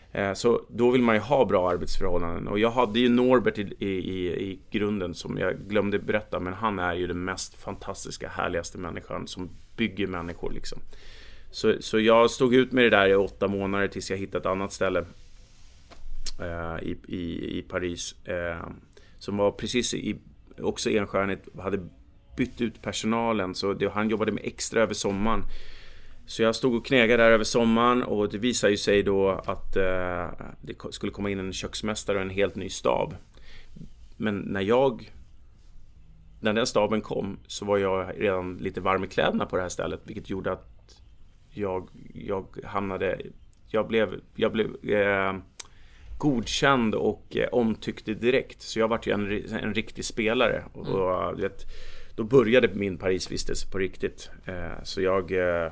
Eh, så då vill man ju ha bra arbetsförhållanden. Och jag hade ju Norbert i, i, i grunden som jag glömde berätta. Men han är ju den mest fantastiska, härligaste människan som bygger människor liksom. Så, så jag stod ut med det där i åtta månader tills jag hittade ett annat ställe eh, i, i, i Paris. Eh, som var precis i, också enstjärnigt, hade bytt ut personalen. Så det, han jobbade med extra över sommaren. Så jag stod och knägade där över sommaren och det visade ju sig då att eh, det skulle komma in en köksmästare och en helt ny stab. Men när jag när den staben kom så var jag redan lite varm i kläderna på det här stället, vilket gjorde att jag, jag hamnade jag blev, jag blev eh, godkänd och eh, omtyckt direkt. Så jag var ju en, en riktig spelare och, mm. och du vet, då började min Parisvistelse på riktigt. Eh, så jag eh,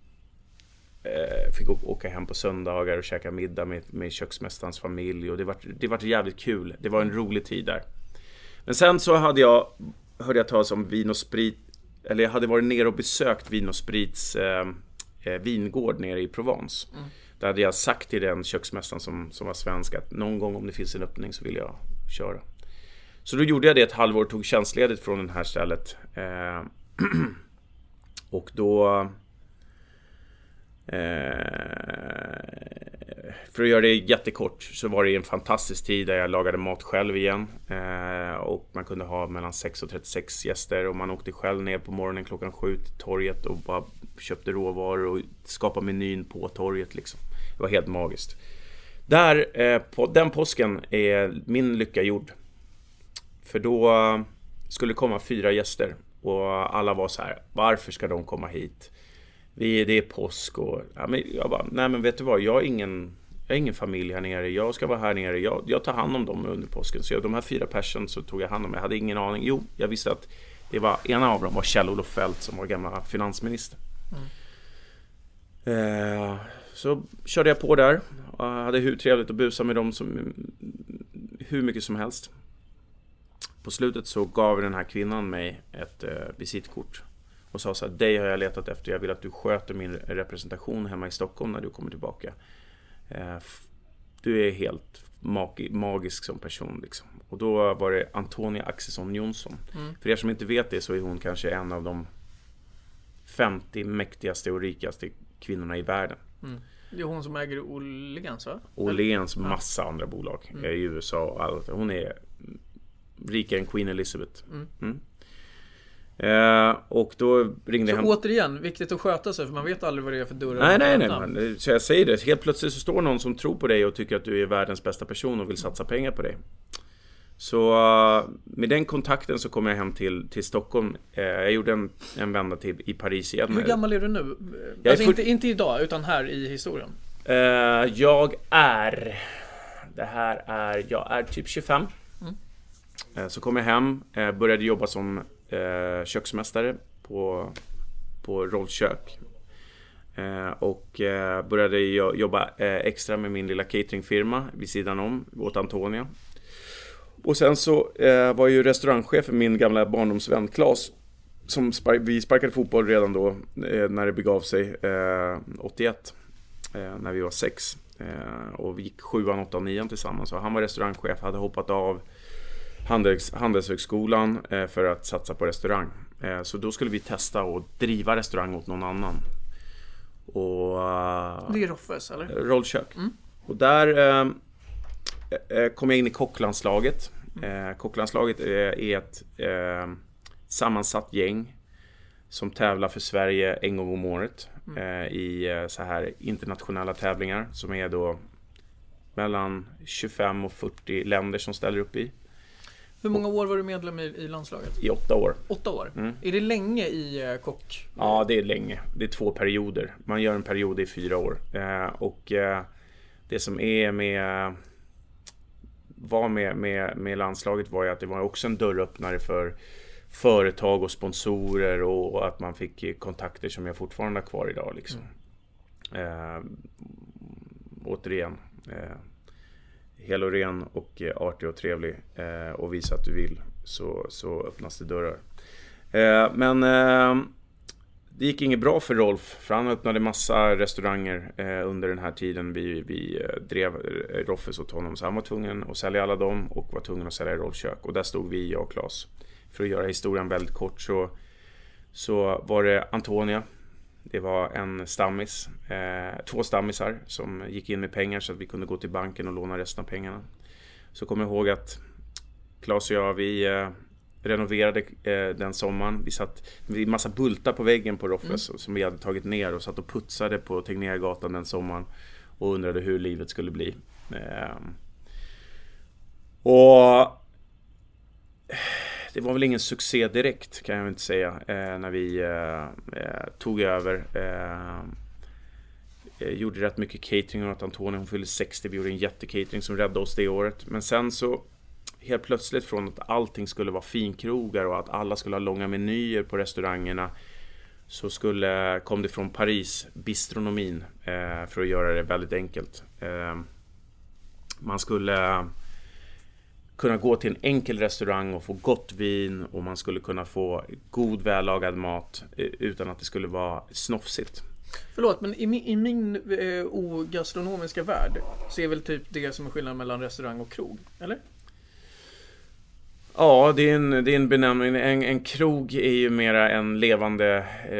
fick åka hem på söndagar och käka middag med, med köksmästarens familj och det var, det var jävligt kul. Det var en rolig tid där. Men sen så hade jag hörde jag talas om Vin och Sprit, eller jag hade varit nere och besökt Vin och Sprits eh, vingård nere i Provence. Mm. Där hade jag sagt till den köksmästaren som, som var svensk att någon gång om det finns en öppning så vill jag köra. Så då gjorde jag det ett halvår, tog tjänstledigt från det här stället. Eh, och då för att göra det jättekort så var det en fantastisk tid där jag lagade mat själv igen och man kunde ha mellan sex och trettiosex gäster och man åkte själv ner på morgonen klockan sju till torget och bara köpte råvaror och skapade menyn på torget liksom. Det var helt magiskt. Där på den påsken är min lycka gjord. För då skulle komma fyra gäster och alla var så här: varför ska de komma hit? Vi, det är påsk och ja, men jag bara, nej men vet du vad, jag har ingen, jag har ingen familj här nere, jag ska vara här nere, jag, jag tar hand om dem under påsken. Så jag, de här fyra personer så tog jag hand om, jag hade ingen aning. Jo, jag visste att det var, ena av dem var Kjell-Olof Feldt som var gamla finansminister. Mm. Eh, så körde jag på där och hade hur trevligt att busa med dem som, hur mycket som helst. På slutet så gav den här kvinnan mig ett eh, visitkort. Och sa så här: dig har jag letat efter, jag vill att du sköter min representation hemma i Stockholm när du kommer tillbaka. Du är helt mag- magisk som person liksom. Och då var det Antonia Axelsson Jonsson. Mm. För er som inte vet det så är hon kanske en av de femtio mäktigaste och rikaste kvinnorna i världen. Mm. Det är hon som äger Åhléns, va? Åhléns massa andra bolag mm. i U S A och allt. Hon är rikare än Queen Elizabeth. Mm. Mm. Uh, och då ringde så hem. Återigen, viktigt att sköta sig för man vet aldrig vad det är för dörrar. Nej, nej, nej. Man, så jag säger det. Helt plötsligt så står någon som tror på dig och tycker att du är världens bästa person och vill satsa pengar på dig. Så uh, med den kontakten så kom jag hem till, till Stockholm. Uh, jag gjorde en, en vända till i Paris igen. Hur gammal är du nu? Jag alltså är för... inte, inte idag utan här i historien. Uh, jag är Det här är Jag är typ tjugofem. Mm. Uh, så kom jag hem, uh, började jobba som Eh, köksmästare på, på Rolls kök eh, och eh, började jo- jobba eh, extra med min lilla cateringfirma vid sidan om åt Antonia. Och sen så eh, var jag ju restaurangchef för min gamla barndomsvän Claes som spar- vi sparkade fotboll redan då eh, när det begav sig eh, åttioett eh, när vi var sex eh, och vi gick sjuan, åttan, nian tillsammans. Så han var restaurangchef, hade hoppat av Handels, Handelshögskolan eh, för att satsa på restaurang. Eh, så då skulle vi testa att driva restaurang åt någon annan. Och, uh, det är Roffes, eller? Rollkök. Mm. Och där eh, eh, kom jag in i kocklandslaget. Mm. Eh, kocklandslaget är, är ett eh, sammansatt gäng som tävlar för Sverige en gång om året mm. eh, i eh, så här internationella tävlingar som är då mellan tjugofem och fyrtio länder som ställer upp i. Hur många år var du medlem i, i landslaget? I åtta år. Åtta år? Mm. Är det länge i eh, kock? Ja, det är länge. Det är två perioder. Man gör en period i fyra år. Eh, och eh, det som är med var med, med, med landslaget var ju att det var också en dörröppnare för företag och sponsorer och, och att man fick kontakter som jag fortfarande har kvar idag. Liksom. Mm. Eh, återigen. Eh, hel och ren och eh, artig och trevlig eh, och visa att du vill så, så öppnas det dörrar. Eh, men eh, det gick inget bra för Rolf, för han öppnade massa restauranger eh, under den här tiden vi, vi eh, drev eh, Roffes åt honom. Så han var tvungen att sälja alla dem och var tvungen att sälja Rolfs kök. Och där stod vi, jag och Claes. För att göra historien väldigt kort så, så var det Antonia. Det var en stammis, eh, två stammisar som gick in med pengar så att vi kunde gå till banken och låna resten av pengarna. Så kom jag ihåg att Claes och jag, vi... Eh, renoverade eh, den sommaren. Vi satt med massa bultar på väggen på Roffes mm. som vi hade tagit ner och satt och putsade på Tegnérgatan den sommaren och undrade hur livet skulle bli. Eh, och det var väl ingen succé direkt, kan jag inte säga, eh, när vi eh, tog över. Eh, gjorde rätt mycket catering åt Antonia. Hon fyllde sextio, vi gjorde en jättecatering som räddade oss det året. Men sen så helt plötsligt, från att allting skulle vara finkrogar och att alla skulle ha långa menyer på restaurangerna, så skulle, kom det från Paris, bistronomin, eh, för att göra det väldigt enkelt. Eh, man skulle kunna gå till en enkel restaurang och få gott vin, och man skulle kunna få god vällagad mat eh, utan att det skulle vara snofsigt. Förlåt, men i min, i min eh, ogastronomiska värld så är väl typ det som är skillnaden mellan restaurang och krog, eller? Ja, det är en, det är en benämning. En, en krog är ju mera en levande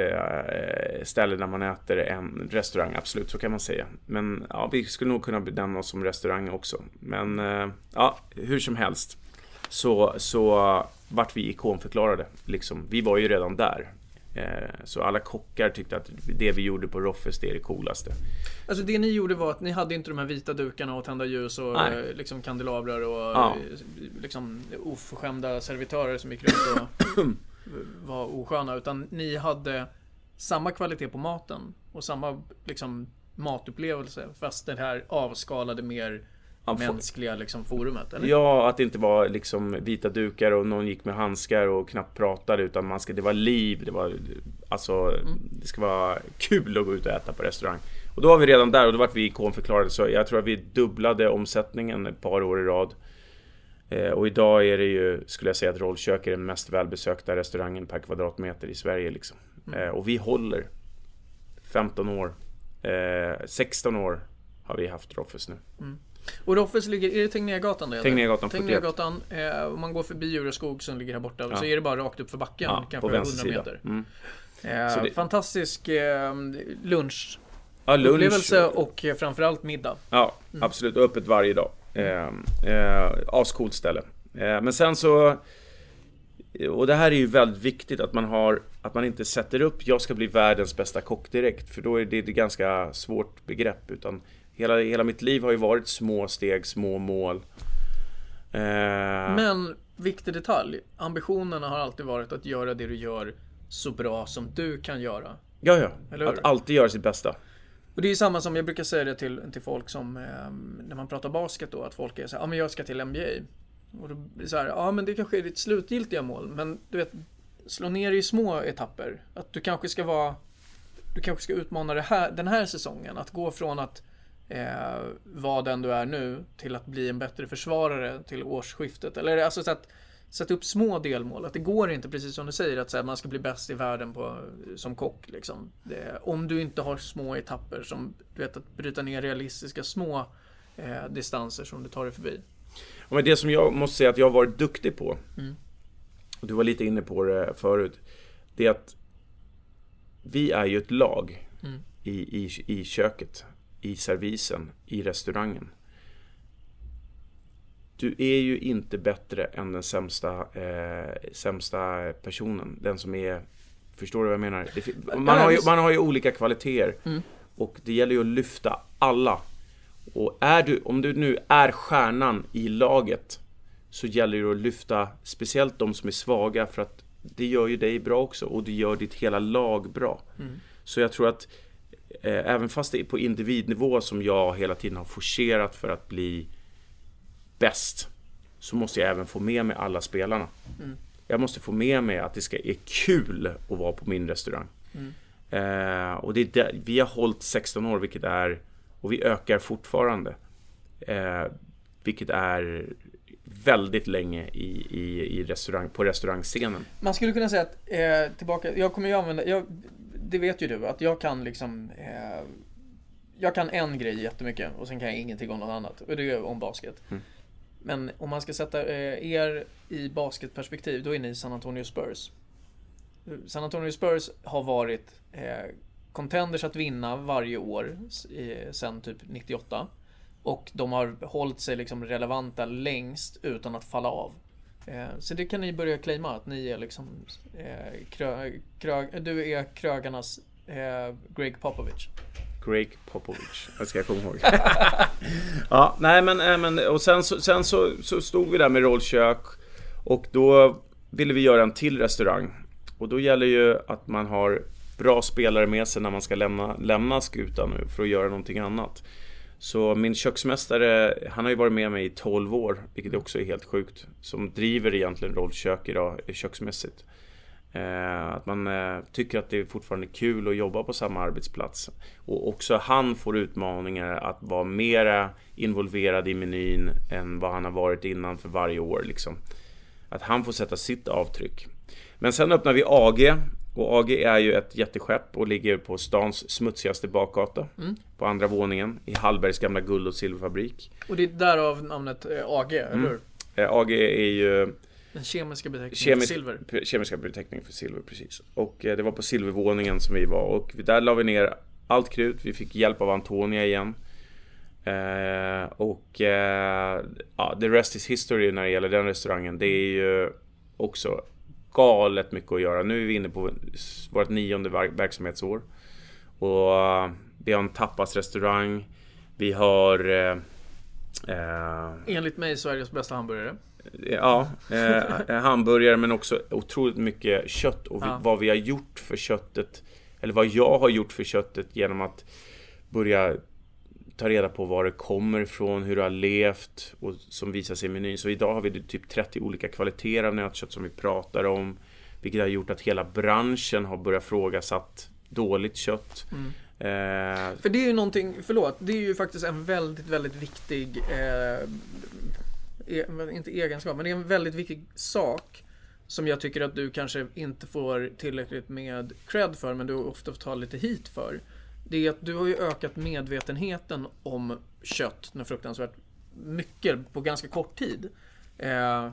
eh, ställe där man äter, en restaurang, absolut, så kan man säga. Men ja, vi skulle nog kunna benämna oss som restaurang också. Men eh, ja, hur som helst så, så vart vi ikonförklarade. Liksom. Vi var ju redan där. Eh, så alla kockar tyckte att det vi gjorde på Roffes, det är det coolaste. Alltså det ni gjorde var att ni hade inte de här vita dukarna och tända ljus och Nej. liksom kandelabrar och ja. liksom oförskämda servitörer som gick runt och var osköna, utan ni hade samma kvalitet på maten och samma liksom matupplevelse, fast det här avskalade mer ja, mänskliga liksom forumet, eller? Ja, att det inte var liksom vita dukar och någon gick med handskar och knappt pratade, utan man ska, det var liv, det var alltså mm. det ska vara kul att gå ut och äta på restaurang. Och då var vi redan där, och då var vi ikonförklarade, så jag tror att vi dubblade omsättningen ett par år i rad. Eh, och idag är det ju, skulle jag säga, att Rolfs kök är den mest välbesökta restaurangen per kvadratmeter i Sverige liksom. Mm. Eh, och vi håller femton år, eh, sexton år har vi haft Roffes nu. Mm. Och Roffes ligger, är det Tegnérgatan det? Tegnérgatan Tegnérgatan, eh, om man går förbi Djureskog som ligger här borta, ja. Så är det bara rakt upp för backen, ja, kanske hundra meter. Mm. Eh, det... Fantastisk eh, lunch. Ja, lunch. Upplevelse och eh, framförallt middag. Ja, mm. absolut. Öppet varje dag. Eh, eh, ascoolt ställe. Eh, men sen så, och det här är ju väldigt viktigt, att man har, att man inte sätter upp jag ska bli världens bästa kock direkt, för då är det ett ganska svårt begrepp, utan hela, hela mitt liv har ju varit små steg, små mål. Eh, men viktig detalj, ambitionerna har alltid varit att göra det du gör så bra som du kan göra. Ja, ja. Att alltid göra sitt bästa. Och det är ju samma som jag brukar säga det till, till folk som eh, när man pratar basket då, att folk är så här, ja men jag ska till N B A. Och då blir det så här, ja men det kanske är ditt slutgiltiga mål, men du vet, slå ner i små etapper. Att du kanske ska vara, du kanske ska utmana det här, den här säsongen, att gå från att eh, vara den du är nu till att bli en bättre försvarare till årsskiftet, eller alltså så att sätta upp små delmål. Att det går inte, precis som du säger, att så här, man ska bli bäst i världen på, som kock. Liksom. Det, om du inte har små etapper som, du vet, att bryta ner realistiska små eh, distanser som du tar dig förbi. Och men det som jag måste säga att jag har varit duktig på, mm. och du var lite inne på det förut, det är att vi är ju ett lag mm. i, i, i köket, i servisen, i restaurangen. Du är ju inte bättre än den sämsta, eh, sämsta personen. Den som är... Förstår du vad jag menar? Det, man, har ju, man har ju olika kvaliteter. Mm. Och det gäller ju att lyfta alla. Och är du, om du nu är stjärnan i laget, så gäller det att lyfta speciellt de som är svaga. För att det gör ju dig bra också. Och det gör ditt hela lag bra. Mm. Så jag tror att eh, även fast det är på individnivå som jag hela tiden har forcerat för att bli bäst, så måste jag även få med mig alla spelarna. Mm. Jag måste få med mig att det ska är kul att vara på min restaurang. Mm. Eh, och det är där, vi har hållit sexton år, vilket är, och vi ökar fortfarande. Eh, vilket är väldigt länge i, i, i restaurang, på restaurangscenen. Man skulle kunna säga att eh, tillbaka, jag kommer ju använda, jag, det vet ju du, att jag kan liksom eh, jag kan en grej jättemycket och sen kan jag ingenting om något annat, och det är om basket. Mm. Men om man ska sätta eh, er i basketperspektiv, då är ni San Antonio Spurs. San Antonio Spurs har varit eh, contenders att vinna varje år eh, sen typ nittioåtta, och de har hållit sig liksom relevanta längst utan att falla av. Eh, så det kan ni börja claima, att ni är liksom eh, krö, krö, du är krögarnas eh, Greg Popovich. Greg Popovich, det ska jag komma ihåg. Ja, nej men, men och sen, så, sen så, så stod vi där med rollkök, och då ville vi göra en till restaurang. Och då gäller ju att man har bra spelare med sig när man ska lämna, lämna skutan nu för att göra någonting annat. Så min köksmästare, han har ju varit med mig i tolv år, vilket också är helt sjukt, som driver egentligen rollkök idag köksmässigt. Eh, att man eh, tycker att det är fortfarande kul att jobba på samma arbetsplats. Och också han får utmaningar att vara mera involverad i menyn än vad han har varit innan för varje år liksom. Att han får sätta sitt avtryck. Men sen öppnar vi A G, och A G är ju ett jätteskepp och ligger på stans smutsigaste bakgata, mm. på andra våningen i Hallbergs gamla guld- och silverfabrik. Och det är därav namnet A G, eller hur? Mm. A G är ju den kemiska beteckningen kemisk, för silver. Kemiska beteckningen för silver, precis. Och eh, det var på silvervåningen som vi var, och där la vi ner allt krut. Vi fick hjälp av Antonia igen. Eh, och eh, ja, the rest is history när det gäller den restaurangen. Det är ju också galet mycket att göra. Nu är vi inne på vårt nionde verksamhetsår. Och uh, vi har en tapasrestaurang. Vi har uh, uh, enligt mig Sveriges bästa hamburgare. Ja, uh, hamburgare, men också otroligt mycket kött. Och vi, ja. vad vi har gjort för köttet, eller vad jag har gjort för köttet genom att börja ta reda på var det kommer ifrån, hur det har levt, och som visar sig i menyn. Så idag har vi typ trettio olika kvaliteter av nötkött som vi pratar om, vilket har gjort att hela branschen har börjat frågasatt dåligt kött. Mm. Eh, För det är ju någonting, förlåt, det är ju faktiskt en väldigt, väldigt viktig eh, e- inte egenskap, men det är en väldigt viktig sak som jag tycker att du kanske inte får tillräckligt med cred för, men du ofta får ta lite hit för. Det är att du har ju ökat medvetenheten om kött när fruktansvärt mycket på ganska kort tid. Eh,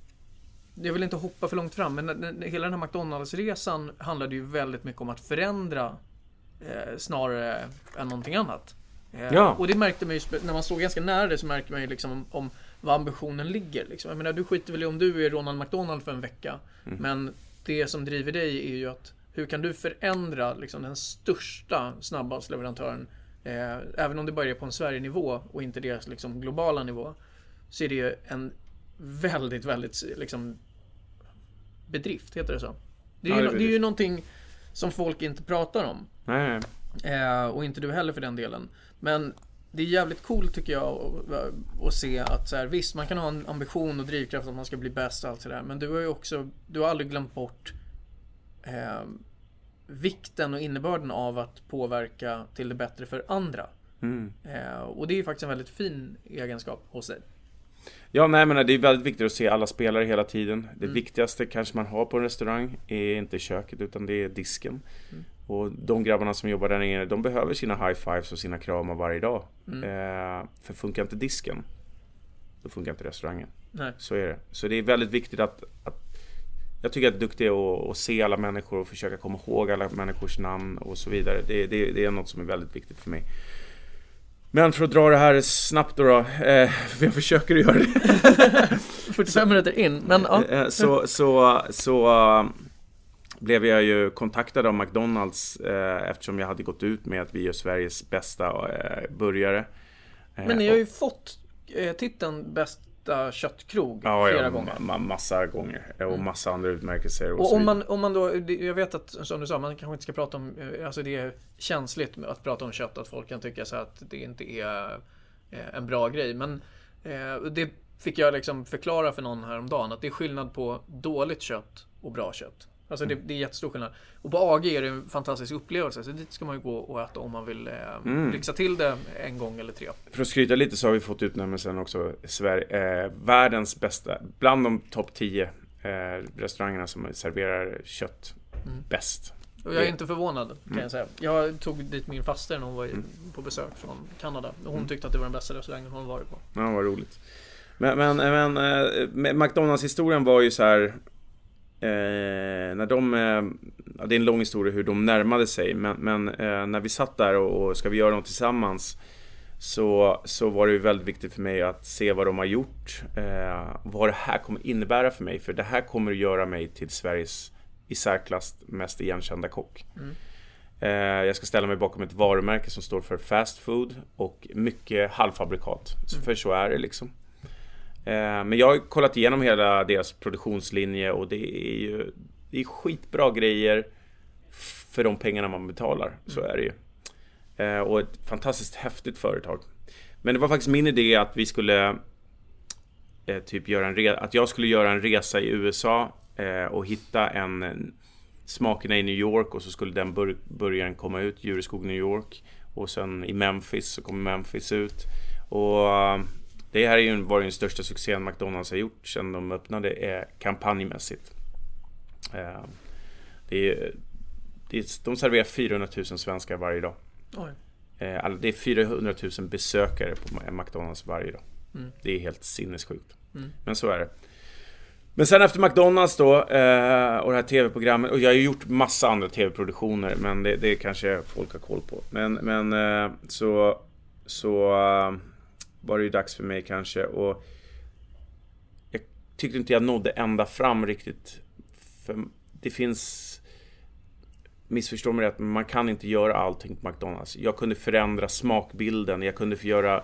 jag vill inte hoppa för långt fram, men när, hela den här McDonalds-resan handlade ju väldigt mycket om att förändra eh, snarare än någonting annat. Eh, ja. Och det märkte man ju, när man stod ganska nära det, så märkte man ju liksom om, om vad ambitionen ligger. Liksom. Jag menar, du skiter väl i om du är Ronald McDonald för en vecka, mm. men det som driver dig är ju att hur kan du förändra liksom den största snabbmatsleverantören, eh, även om det bara är på en Sverige-nivå och inte deras liksom globala nivå, så är det en väldigt, väldigt liksom bedrift, heter det så? Det är, ja, ju, det, är det är ju någonting som folk inte pratar om. Nej. Eh, och inte du heller för den delen. Men det är jävligt coolt tycker jag att, att se att så här, visst, man kan ha en ambition och drivkraft att man ska bli bäst och allt sådär, men du har ju också, du har aldrig glömt bort Eh, vikten och innebörden av att påverka till det bättre för andra. Mm. Eh, och det är ju faktiskt en väldigt fin egenskap hos dig. Ja, nej, men det är väldigt viktigt att se alla spelare hela tiden. Det mm. viktigaste kanske man har på en restaurang är inte köket, utan det är disken. Mm. Och de grabbarna som jobbar där nere, de behöver sina high fives och sina kramar varje dag. Mm. Eh, för funkar inte disken, då funkar inte restaurangen. Nej. Så är det. Så det är väldigt viktigt att, att jag tycker att det är duktigt att, att se alla människor och försöka komma ihåg alla människors namn och så vidare. Det, det, det är något som är väldigt viktigt för mig. Men för att dra det här snabbt då, då eh, för jag försöker göra det. fyrtiofem minuter in, men ja. Eh, så, så, så uh, blev jag ju kontaktad av McDonalds eh, eftersom jag hade gått ut med att vi är Sveriges bästa eh, burgare. Eh, men ni har ju och, fått eh, titeln bästa köttkrog ja, flera ja, gånger. Ma- massa gånger och massa andra utmärkelser. Och, och om, man, om man då, jag vet att som du sa, man kanske inte ska prata om, alltså det är känsligt att prata om kött, att folk kan tycka så att det inte är en bra grej, men det fick jag liksom förklara för någon häromdagen, att det är skillnad på dåligt kött och bra kött. Alltså det, det är jättestor skillnad. Och på A G är det en fantastisk upplevelse, så dit ska man ju gå och äta om man vill eh, mm. lyxa till det en gång eller tre. För att skryta lite så har vi fått utnämnelsen också Sverige, eh, världens bästa, bland de topp tio eh, restaurangerna som serverar kött mm. bäst. Och jag är inte förvånad, kan mm. jag säga. Jag tog dit min faster när hon var mm. på besök från Kanada. Och hon mm. tyckte att det var den bästa restaurangen hon varit på. Ja, vad roligt. Men, men, men eh, McDonalds-historien var ju så här... Eh, när de... Eh, det är en lång historia hur de närmade sig. Men, men eh, när vi satt där och, och ska vi göra något tillsammans... Så, så var det ju väldigt viktigt för mig att se vad de har gjort. Eh, vad det här kommer innebära för mig. För det här kommer att göra mig till Sveriges i särklass mest igenkända kock. Mm. Eh, jag ska ställa mig bakom ett varumärke som står för fast food och mycket halvfabrikat. Mm. För så är det liksom. Eh, men jag har kollat igenom hela deras produktionslinje och det är ju det är skitbra grejer för de pengarna man betalar. Mm. Så är det ju. Och ett fantastiskt häftigt företag. Men det var faktiskt min idé att vi skulle eh, typ göra en re- att jag skulle göra en resa i U S A eh, och hitta en, en smakerna i New York och så skulle den bör- början komma ut, Djureskog New York, och sen i Memphis så kommer Memphis ut. Och uh, det här är ju, var ju den största succén McDonalds har gjort sedan de öppnade är kampanjmässigt. Uh, det är, det är, de serverar fyrahundratusen svenskar varje dag. Oj. Det är fyrahundratusen besökare på McDonalds varje dag. Mm. Det är helt sinnessjukt. Mm. Men så är det. Men sen efter McDonalds då och det här tv-programmet, och jag har ju gjort massa andra tv-produktioner, men det, det kanske folk har koll på. Men, men så, så var det ju dags för mig kanske, och jag tyckte inte jag nådde ända fram riktigt. För det finns... Missförstå mig rätt, men man kan inte göra allting på McDonalds. Jag kunde förändra smakbilden, jag kunde göra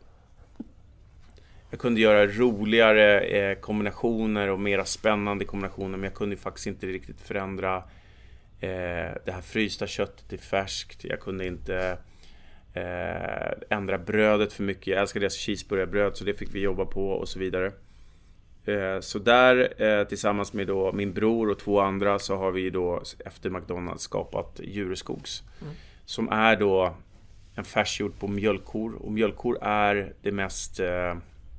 jag kunde göra roligare eh, kombinationer och mera spännande kombinationer, men jag kunde faktiskt inte riktigt förändra eh, det här frysta köttet till färskt. Jag kunde inte eh, ändra brödet för mycket. Jag älskar deras cheeseburgerbröd, så det fick vi jobba på och så vidare. Så där tillsammans med då min bror och två andra så har vi då efter McDonalds skapat Djureskogs mm. som är då en färs gjord på mjölkkor, och mjölkkor är det mest eh,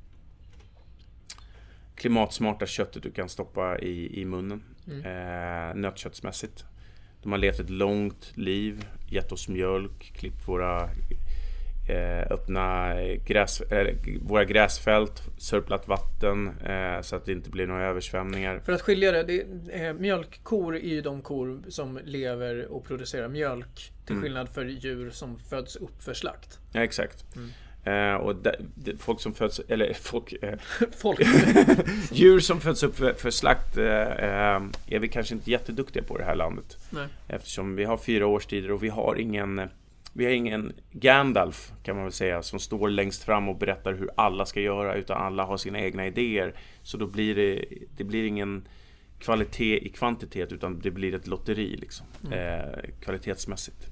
klimatsmarta köttet du kan stoppa i, i munnen mm. eh, nötköttsmässigt. De har levt ett långt liv, gett oss mjölk, klippt våra Eh, öppna gräs, eh, våra gräsfält, sörplat vatten eh, så att det inte blir några översvämningar. För att skilja det, det eh, mjölkkor är ju de kor som lever och producerar mjölk, till mm. skillnad för djur som föds upp för slakt. Ja, exakt. Mm. Eh, och de, de, folk som föds, eller folk, eh, folk. djur som föds upp för, för slakt eh, är vi kanske inte jätteduktiga på det här landet. Nej. Eftersom vi har fyra årstider och vi har ingen Vi har ingen Gandalf, kan man väl säga, som står längst fram och berättar hur alla ska göra, utan alla har sina egna idéer. Så då blir det, det blir ingen kvalitet i kvantitet, utan det blir ett lotteri liksom, mm. eh, kvalitetsmässigt.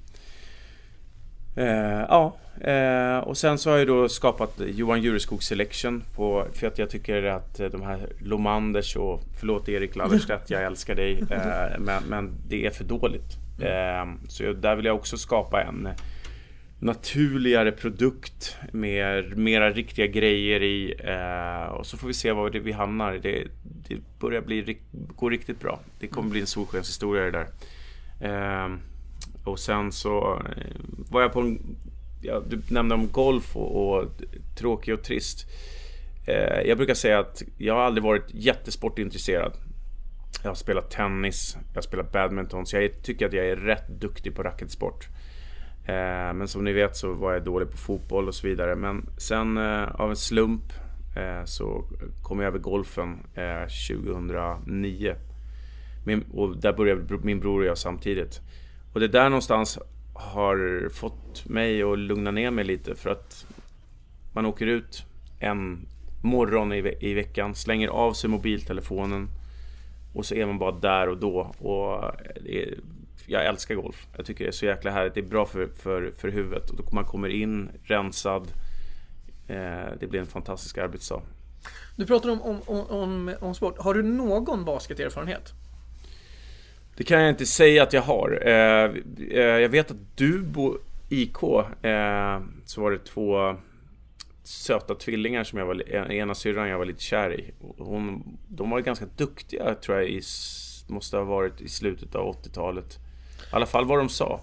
Eh, ja, eh, och sen så har jag då skapat Johan Djureskog Selection på, för att jag tycker att de här Lomanders och, förlåt Erik Lallerstedt, jag älskar dig, eh, men, men det är för dåligt. Mm. Eh, så jag, där vill jag också skapa en naturligare produkt med mera riktiga grejer i, eh, och så får vi se var det vi hamnar. Det, det börjar bli, gå riktigt bra. Det kommer bli en solskenshistoria det där. Eh, och sen så eh, var jag på en, ja, du nämnde om golf och, och tråkig och trist. Eh, jag brukar säga att jag har aldrig varit jättesportintresserad. Jag har spelat tennis, jag har spelat badminton, så jag tycker att jag är rätt duktig på racketsport. Eh, men som ni vet så var jag dålig på fotboll och så vidare. Men sen eh, av en slump eh, så kom jag över golfen eh, tjugohundranio. Min, och där började min bror och jag samtidigt. Och det där någonstans har fått mig att lugna ner mig lite, för att man åker ut en morgon i, ve- i veckan, slänger av sig mobiltelefonen och så är man bara där och då. Och det är, jag älskar golf. Jag tycker det är så jäkla härligt. Det är bra för, för, för huvudet. Och då man kommer in rensad. Eh, det blir en fantastisk arbetsdag. Du pratar om, om, om, om sport. Har du någon basketerfarenhet? Det kan jag inte säga att jag har. Eh, eh, jag vet att du på I K eh, så var det två söta tvillingar som jag var, ena syrran jag var lite kär i. Hon, de var ganska duktiga, tror jag, i, måste ha varit i slutet av åttiotalet. I alla fall vad de sa.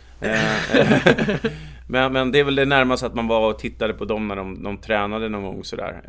men, men det är väl det närmaste att man var och tittade på dem när de, de tränade någon gång sådär.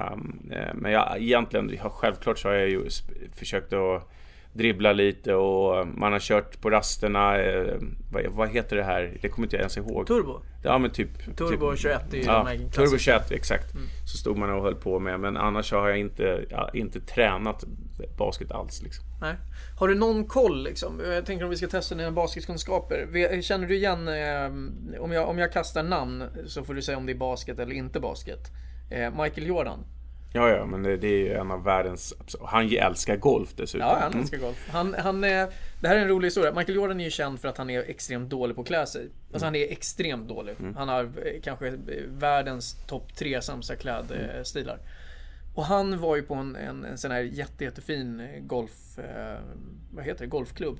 Men jag, egentligen, självklart så har jag ju försökt att dribbla lite och man har kört på rasterna. Vad, vad heter det här? Det kommer inte jag ens ihåg. Turbo? Ja, men typ Turbo typ, tjugoett är ju ja, de här Turbo tjugoett, exakt. Mm. Så stod man och höll på med. Men annars så har jag inte, ja, inte tränat basket alls liksom. Nej. Har du någon koll liksom? Jag tänker om vi ska testa dina basketkunskaper. Känner du igen, eh, om, jag, om jag kastar namn så får du säga om det är basket eller inte basket. Eh, Michael Jordan. Ja, ja, men det, det är ju en av världens... Han älskar golf dessutom. Ja, han älskar golf. Han, han, det här är en rolig historia. Michael Jordan är ju känd för att han är extremt dålig på att klä sig. Alltså mm. han är extremt dålig. Mm. Han har kanske världens topp tre sämsta klädstilar. Mm. Och han var ju på en, en, en sån här jätte, jättefin golf... Eh, vad heter det? Golfklubb.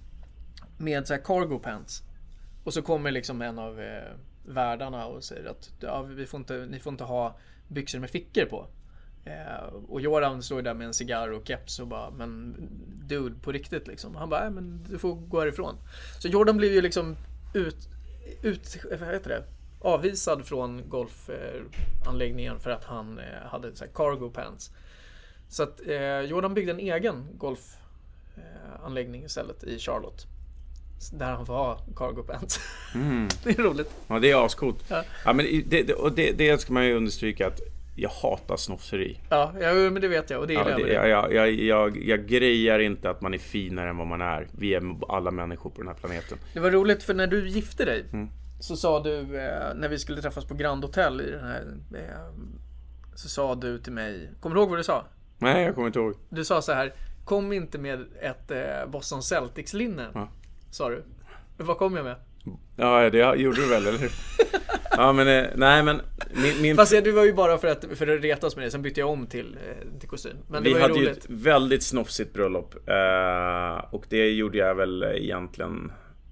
Med så här cargo pants. Och så kommer liksom en av eh, värdarna och säger att ja, vi får inte, ni får inte ha byxor med fickor på. Eh, och Jordan står där med en cigarr och keps och bara, men dude, på riktigt liksom. Han bara, nej men du får gå härifrån. Så Jordan blev ju liksom ut, ut vad heter det? avvisad från golfanläggningen för att han eh, hade så här cargo pants. Så att eh, Jordan byggde en egen golfanläggning eh, istället i Charlotte. Där han får ha cargo pants. Mm. Det är roligt. Ja, det är ascoolt. Ja. Ja, men det, det, och det, det ska man ju understryka att jag hatar snofseri. Ja, ja, men det vet jag. Och det är ja, det, jag, jag, jag, jag, jag grejar inte att man är finare än vad man är. Vi är alla människor på den här planeten. Det var roligt för när du gifte dig mm. så sa du, eh, när vi skulle träffas på Grand Hotel i den här, eh, så sa du till mig, kommer du ihåg vad du sa? Nej, jag kommer inte ihåg. Du sa så här, kom inte med ett eh, Boston Celtics-linne, ja. sa du. Vad kom jag med? Ja, det gjorde du väl, eller? Ja, men eh, nej, men min, min... Fast det var ju bara för att, för att retas med det. Sen bytte jag om till, till kostym. Men det vi var ju hade roligt. Ju ett väldigt snofsigt bröllop eh, och det gjorde jag väl egentligen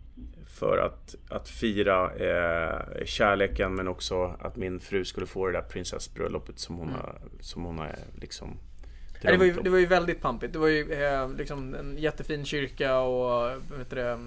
för att, att fira eh, kärleken, men också att min fru skulle få det där prinsessbröllopet som hon, mm. har, som hon har liksom ja, det, var ju, det var ju väldigt pampigt. Det var ju eh, liksom en jättefin kyrka och vet du det,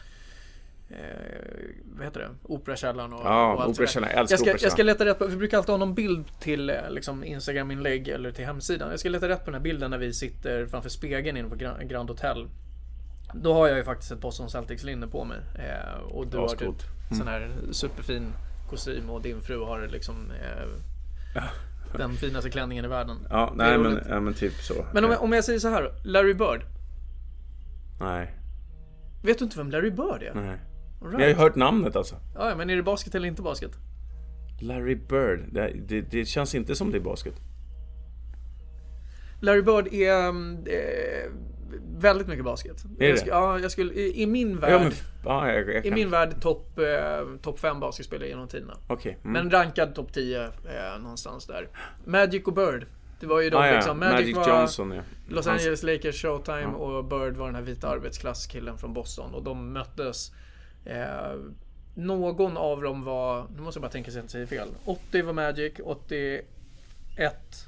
Eh, vad heter det? Operakällaren och, ja, och allt operakällaren. jag ska, jag ska leta rätt på, vi brukar alltid ha någon bild till liksom Instagram-inlägg eller till hemsidan. Jag ska leta rätt på den här bilden när vi sitter framför spegeln inne på Grand, Grand Hotel. Då har jag ju faktiskt ett Boston Celtics-linne på mig eh, och du ja, har typ mm. sån här superfin kostym och din fru har liksom eh, ja. den finaste klänningen i världen. Ja, nej men, ja, men typ så. Men om jag, om jag säger så här, Larry Bird. Nej. Vet du inte vem Larry Bird är? Nej. Right. Jag har ju hört namnet alltså. Ja, men är det basket eller inte basket? Larry Bird, det, det, det känns inte som det är basket. Larry Bird är eh, väldigt mycket basket. Är jag det? Sk- ja, jag skulle i, i min värld. Ja, men, ja, jag, jag I min värld topp eh, topp fem basketspelare genom tiderna. Okay. Mm. Men rankad topp tio eh, någonstans där. Magic och Bird. Det var ju de ah, liksom ja. Magic, Magic var Johnson, ja. Los Angeles Lakers Showtime, ja. och Bird var den här vita arbetsklasskillen från Boston och de möttes. Eh, någon av dem var, nu måste jag bara tänka så jag inte säger fel. åttio var Magic, åttioett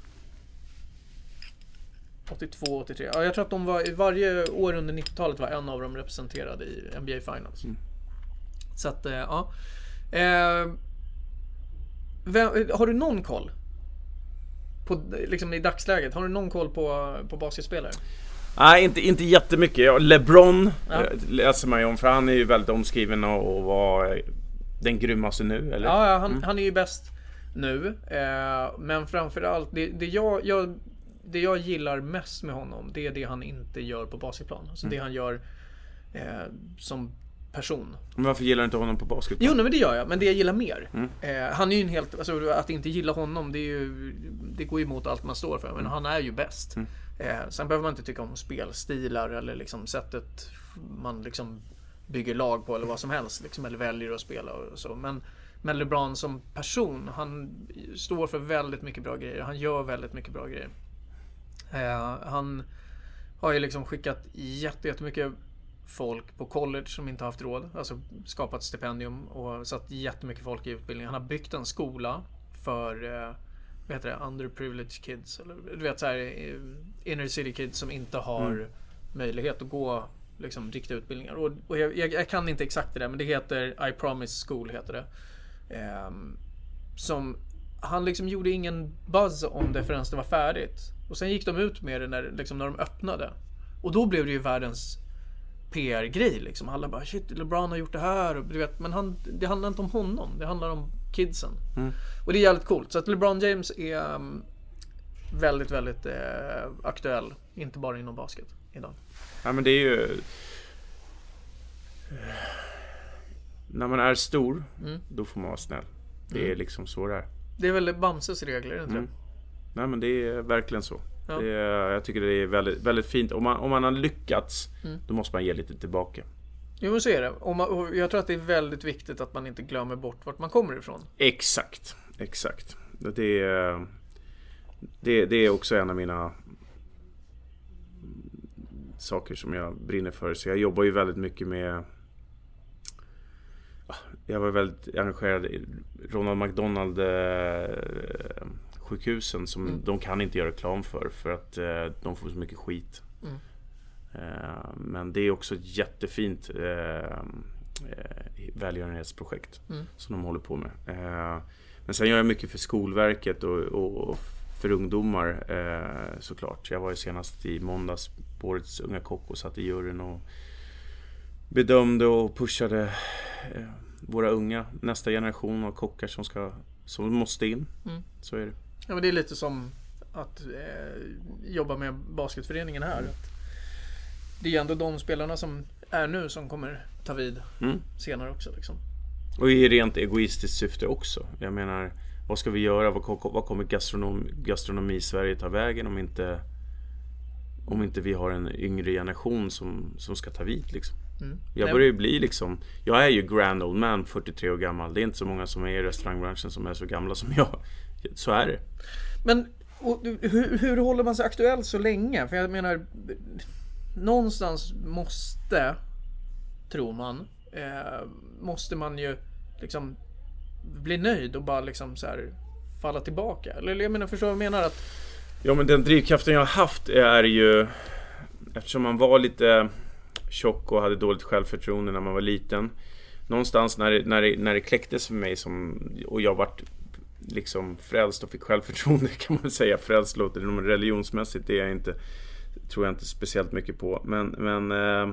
åttiotvå, åttiotre. Ja, jag tror att de var varje år under nittiotalet var en av dem representerade i N B A Finals. Mm. Så att eh, ja. Eh, vem, har du någon koll på liksom i dagsläget? Har du någon koll på på basketspelare? Nej, inte, inte jättemycket. Ja, LeBron ja. läser man ju om, för han är ju väldigt omskriven och, och var den grymmaste nu, eller? Ja, ja han, mm. han är ju bäst nu. Eh, men framförallt, det, det, jag, jag, det jag gillar mest med honom, det är det han inte gör på basketplan. Alltså mm. det han gör eh, som person. Men varför gillar du inte honom på basketplan? Jo, nej, men det gör jag. Men det jag gillar mer. Mm. Eh, han är ju en helt... Alltså, att inte gilla honom, det, är ju, det går ju emot allt man står för. Men mm. han är ju bäst. Mm. Eh, sen behöver man inte tycka om spelstilar eller liksom sättet man liksom bygger lag på eller vad som helst. Liksom, eller väljer att spela och så. Men, men LeBron som person, han står för väldigt mycket bra grejer. Han gör väldigt mycket bra grejer. Eh, han har ju liksom skickat jätte, jättemycket folk på college som inte haft råd, alltså skapat stipendium och satt jättemycket folk i utbildning. Han har byggt en skola för eh, vad heter det, underprivileged kids eller du vet så här inner city kids som inte har mm. möjlighet att gå liksom riktiga utbildningar. Och, och jag, jag, jag kan inte exakt det där, men det heter I Promise School heter det. Eh, som han liksom gjorde ingen buzz om det förrän det var färdigt. Och sen gick de ut med det när, liksom, när de öppnade. Och då blev det ju världens P R-grej liksom. Alla bara, shit, LeBron har gjort det här. Och, du vet, men han, det handlar inte om honom. Det handlar om kidsen. Mm. Och det är jävligt coolt. Så att LeBron James är um, väldigt, väldigt eh, aktuell. Inte bara inom basket idag. Ja, men det är ju... När man är stor, mm. då får man vara snäll. Det är mm. liksom så det är. Det är väl Bamses regler, inte mm. det? Nej, men det är verkligen så. Ja. Det är, jag tycker det är väldigt, väldigt fint. Om man, om man har lyckats, mm. då måste man ge lite tillbaka. Jo, men så är det. Och, man, och jag tror att det är väldigt viktigt att man inte glömmer bort vart man kommer ifrån. Exakt, exakt. Det är, det, det är också en av mina saker som jag brinner för. Så jag jobbar ju väldigt mycket med... Jag var väldigt engagerad i Ronald McDonald eh, sjukhusen som mm. de kan inte göra reklam för för att eh, de får så mycket skit. Mm. Eh, men det är också ett jättefint eh, välgörenhetsprojekt mm. som de håller på med. Eh, men sen gör jag mycket för Skolverket och, och, och för ungdomar eh, såklart. Jag var ju senast i måndags på Årets Unga Kock och satt i juryn och bedömde och pushade eh, våra unga, nästa generation av kockar som ska som måste in. Mm. Så är det. Ja, men det är lite som att eh, jobba med basketföreningen här. Mm. Att det är ändå de spelarna som är nu som kommer ta vid mm. senare också. Liksom. Och i rent egoistiskt syfte också. Jag menar, vad ska vi göra? Vad, vad kommer gastronom, gastronomi i Sverige ta vägen om inte om inte vi har en yngre generation som, som ska ta vid liksom. Mm. Jag börjar ju bli liksom, jag är ju grand old man, fyrtiotre år gammal. Det är inte så många som är i restaurangbranschen som är så gamla som jag. Så är det. Men och, hur, hur håller man sig aktuell så länge? För jag menar, någonstans måste, tror man, eh, måste man ju liksom bli nöjd och bara liksom så här falla tillbaka. Eller jag menar, förstår jag menar att... Ja, men den drivkraften jag har haft är ju, eftersom man var lite tjock och hade dåligt självförtroende när man var liten. Någonstans när det, när det, när det kläcktes för mig som, och jag vart liksom frälst och fick självförtroende kan man säga. Frälst låter det nog religionsmässigt, det är jag inte, tror jag inte speciellt mycket på. Men, men eh,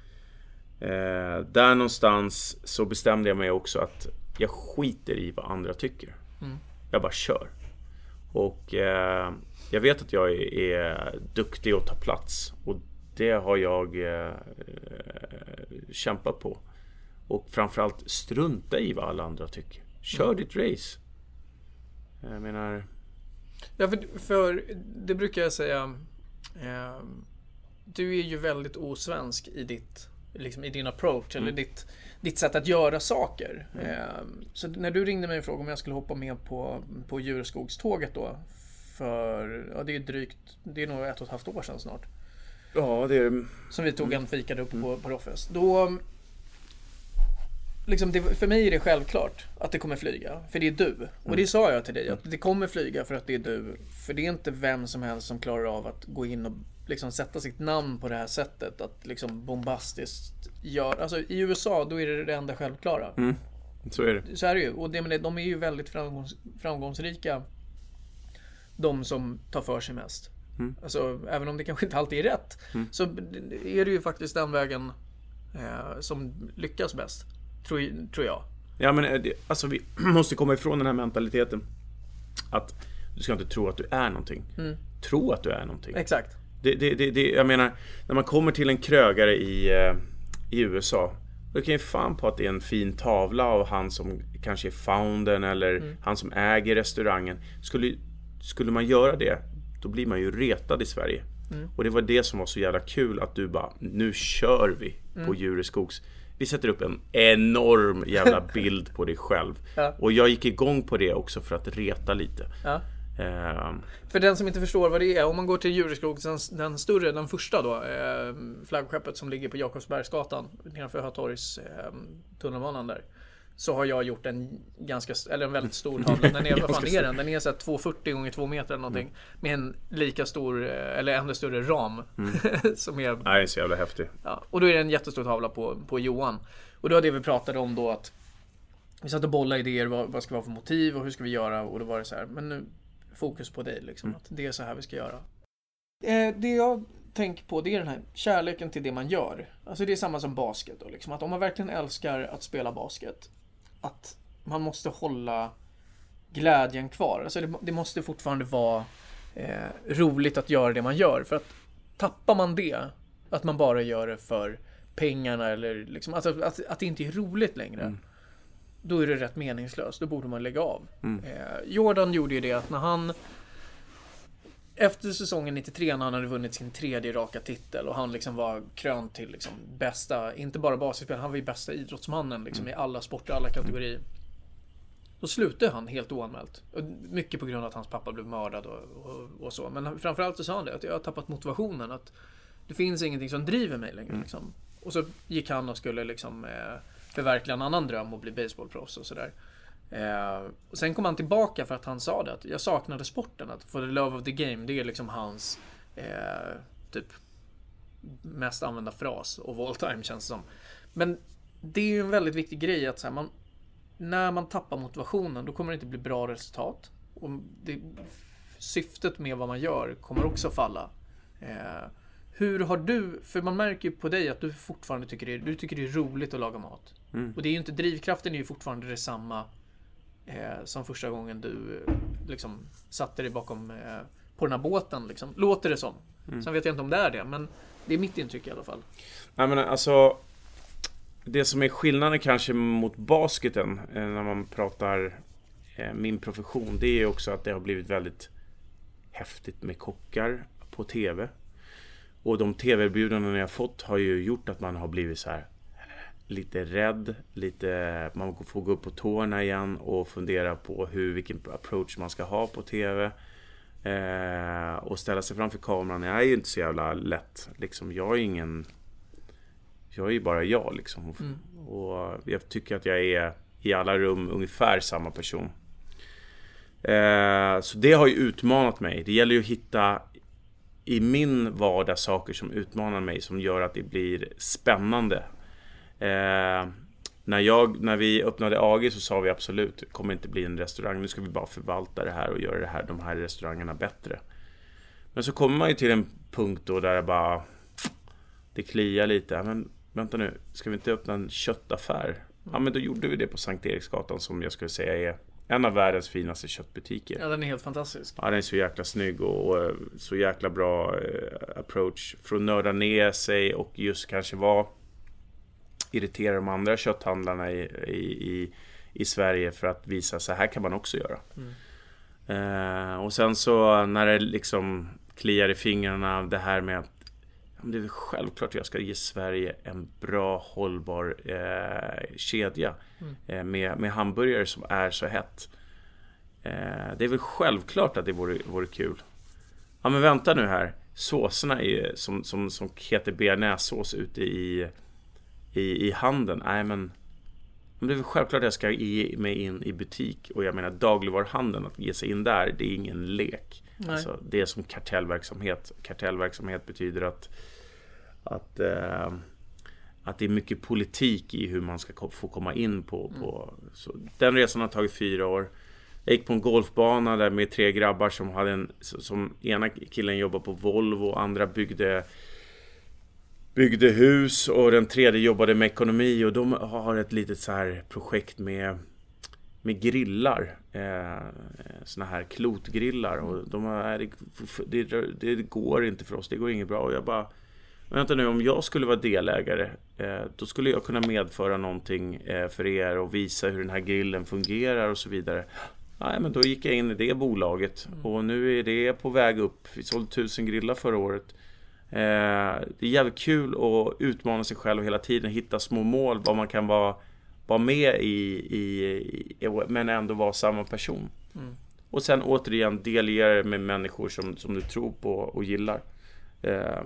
eh, där någonstans så bestämde jag mig också att jag skiter i vad andra tycker. Mm. Jag bara kör. Och eh, jag vet att jag är, är duktig att ta plats. Och det har jag eh, kämpat på. Och framförallt strunta i vad alla andra tycker. Kör mm. ditt race. Jag menar... Ja, för, för det brukar jag säga. Eh, du är ju väldigt osvensk i ditt, liksom i din approach. Mm. Eller ditt, ditt sätt att göra saker. Mm. Eh, så när du ringde mig och frågade om jag skulle hoppa med på, på Djurskogståget då. För, ja, det är drygt, det är nog ett och ett halvt år sedan snart. Ja, det är... Som vi tog en fikade upp på, på Roffes. Då, liksom det, för mig är det självklart att det kommer flyga. För det är du. Och det sa jag till dig, att det kommer flyga för att det är du. För det är inte vem som helst som klarar av att gå in och liksom sätta sitt namn på det här sättet. Att liksom bombastiskt göra. Alltså i U S A, då är det det enda självklara. Mm. Så är det. Så är det ju. Och det, men de är ju väldigt framgångs, framgångsrika. De som tar för sig mest. Mm. Alltså, även om det kanske inte alltid är rätt, mm. så är det ju faktiskt den vägen eh, som lyckas bäst, tror, tror jag. Ja, men alltså, vi måste komma ifrån den här mentaliteten att du ska inte tro att du är någonting. Mm. Tro att du är någonting. Exakt. Det, det, det, det, jag menar, när man kommer till en krögare i, i U S A, då kan ju fan på att det är en fin tavla av han som kanske är foundern eller mm. han som äger restaurangen. Skulle, skulle man göra det, då blir man ju retad i Sverige. Mm. Och det var det som var så jävla kul, att du bara, nu kör vi mm. på Djurskogs. Vi sätter upp en enorm jävla bild på dig själv. Ja. Och jag gick igång på det också för att reta lite. Ja. Um. För den som inte förstår vad det är, om man går till Djurskogs, den, den större, den första då, eh, flaggskeppet som ligger på Jakobsbergsgatan nedanför Hötorgs eh, tunnelbanan där. så har jag gjort en ganska, eller en väldigt stor tavla. Den är, vad fan är den? Den är så här tvåhundrafyrtio gånger två meter eller någonting. Mm. Med en lika stor, eller ännu större ram. Mm. som är... Nej, det är så jävla häftig. Ja, och då är det en jättestor tavla på, på Johan. Och då var det vi pratade om då att vi satt och bollade idéer, vad, vad ska vi ha för motiv och hur ska vi göra? Och då var det så här, men nu fokus på dig liksom. Mm. Att det är så här vi ska göra. Eh, det jag tänker på, det är den här kärleken till det man gör. Alltså det är samma som basket då, liksom. Att om man verkligen älskar att spela basket, att man måste hålla glädjen kvar. Alltså det, det måste fortfarande vara eh, roligt att göra det man gör. För att tappar man det, att man bara gör det för pengarna eller liksom, alltså, att, att det inte är roligt längre, mm. då är det rätt meningslöst. Då borde man lägga av. Mm. Eh, Jordan gjorde ju det att när han efter säsongen nittiotre, när han hade vunnit sin tredje raka titel och han liksom var krönt till liksom bästa, inte bara basketspelare, han var ju bästa idrottsmannen liksom, mm. i alla sporter, alla kategorier. Då slutade han helt oanmält. Mycket på grund av att hans pappa blev mördad och, och, och så. Men framförallt så sa han det, att jag har tappat motivationen, att det finns ingenting som driver mig längre. Mm. Liksom. Och så gick han och skulle liksom, eh, förverkliga en annan dröm och bli baseballproffs och sådär. Eh, och sen kom han tillbaka för att han sa det, att jag saknade sporten, att for the love of the game, det är liksom hans eh, typ mest använda fras of all time, känns det som. Men det är ju en väldigt viktig grej att så här, man, när man tappar motivationen, då kommer det inte bli bra resultat, och det, syftet med vad man gör kommer också falla. eh, Hur har du, för man märker ju på dig att du fortfarande tycker det, du tycker det är roligt att laga mat. Mm. Och det är ju inte, drivkraften är ju fortfarande detsamma eh, som första gången du liksom satte dig bakom eh, på den här båten liksom. Låter det som. Mm. Sen vet jag inte om det är det, men det är mitt intryck i alla fall. Nej, men alltså, det som är skillnaden kanske mot basketen eh, när man pratar eh, min profession, det är också att det har blivit väldigt häftigt med kockar på tv. Och de tv-erbjudanden jag fått har ju gjort att man har blivit så här lite rädd, lite, man får gå upp på tårna igen och fundera på hur, vilken approach man ska ha på tv. Eh, och ställa sig framför kameran är ju inte så jävla lätt. Liksom, jag är ingen, jag är ju bara jag liksom. Mm. Och jag tycker att jag är i alla rum ungefär samma person. Eh, så det har ju utmanat mig. Det gäller ju att hitta i min vardag saker som utmanar mig, som gör att det blir spännande. Eh, när, jag, när vi öppnade A G så sa vi absolut, det kommer inte bli en restaurang, nu ska vi bara förvalta det här och göra det här, de här restaurangerna bättre. Men så kommer man ju till en punkt då där det bara det kliar lite. Men vänta nu, ska vi inte öppna en köttaffär? Ja, men då gjorde vi det på Sankt Eriksgatan, som jag skulle säga är en av världens finaste köttbutiker. Ja, den är helt fantastisk. Ja, den är så jäkla snygg och, och så jäkla bra eh, approach för att nörda ner sig och just kanske vara irritera de andra kötthandlarna i, i, i, i Sverige för att visa så här kan man också göra. Mm. Eh, och sen så när det liksom kliar i fingrarna det här med att det är väl självklart att jag ska ge Sverige en bra hållbar eh, kedja mm. eh, med, med hamburgare som är så hett. Eh, det är väl självklart att det vore, vore kul. Ja, men vänta nu här. Såserna är som, som, som heter bearnaisesås ute i, i, i handeln. Nej, men det är väl självklart att jag ska ge mig in i butik. Och jag menar dagligvaruhandeln, att ge sig in där, det är ingen lek. Alltså, det är som kartellverksamhet. Kartellverksamhet betyder att att, eh, att det är mycket politik i hur man ska få komma in på, på. Så den resan har tagit fyra år. Jag gick på en golfbana där med tre grabbar som hade en, som ena killen jobbade på Volvo, andra byggde byggde hus och den tredje jobbade med ekonomi, och de har ett litet så här projekt med med grillar, eh, såna här klotgrillar, och de är, det, det, det går inte för oss, det går inget bra. Och jag bara, vänta nu, om jag skulle vara delägare, eh, då skulle jag kunna medföra någonting eh, för er och visa hur den här grillen fungerar och så vidare. Nej, men då gick jag in i det bolaget mm. och nu är det på väg upp. Vi sålde tusen grillar förra året. Eh, det är jävligt kul att utmana sig själv hela tiden, hitta små mål, vad man kan vara vara med i, i, i men ändå vara samma person. Mm. Och sen återigen delegera med människor som, som du tror på och gillar. Eh,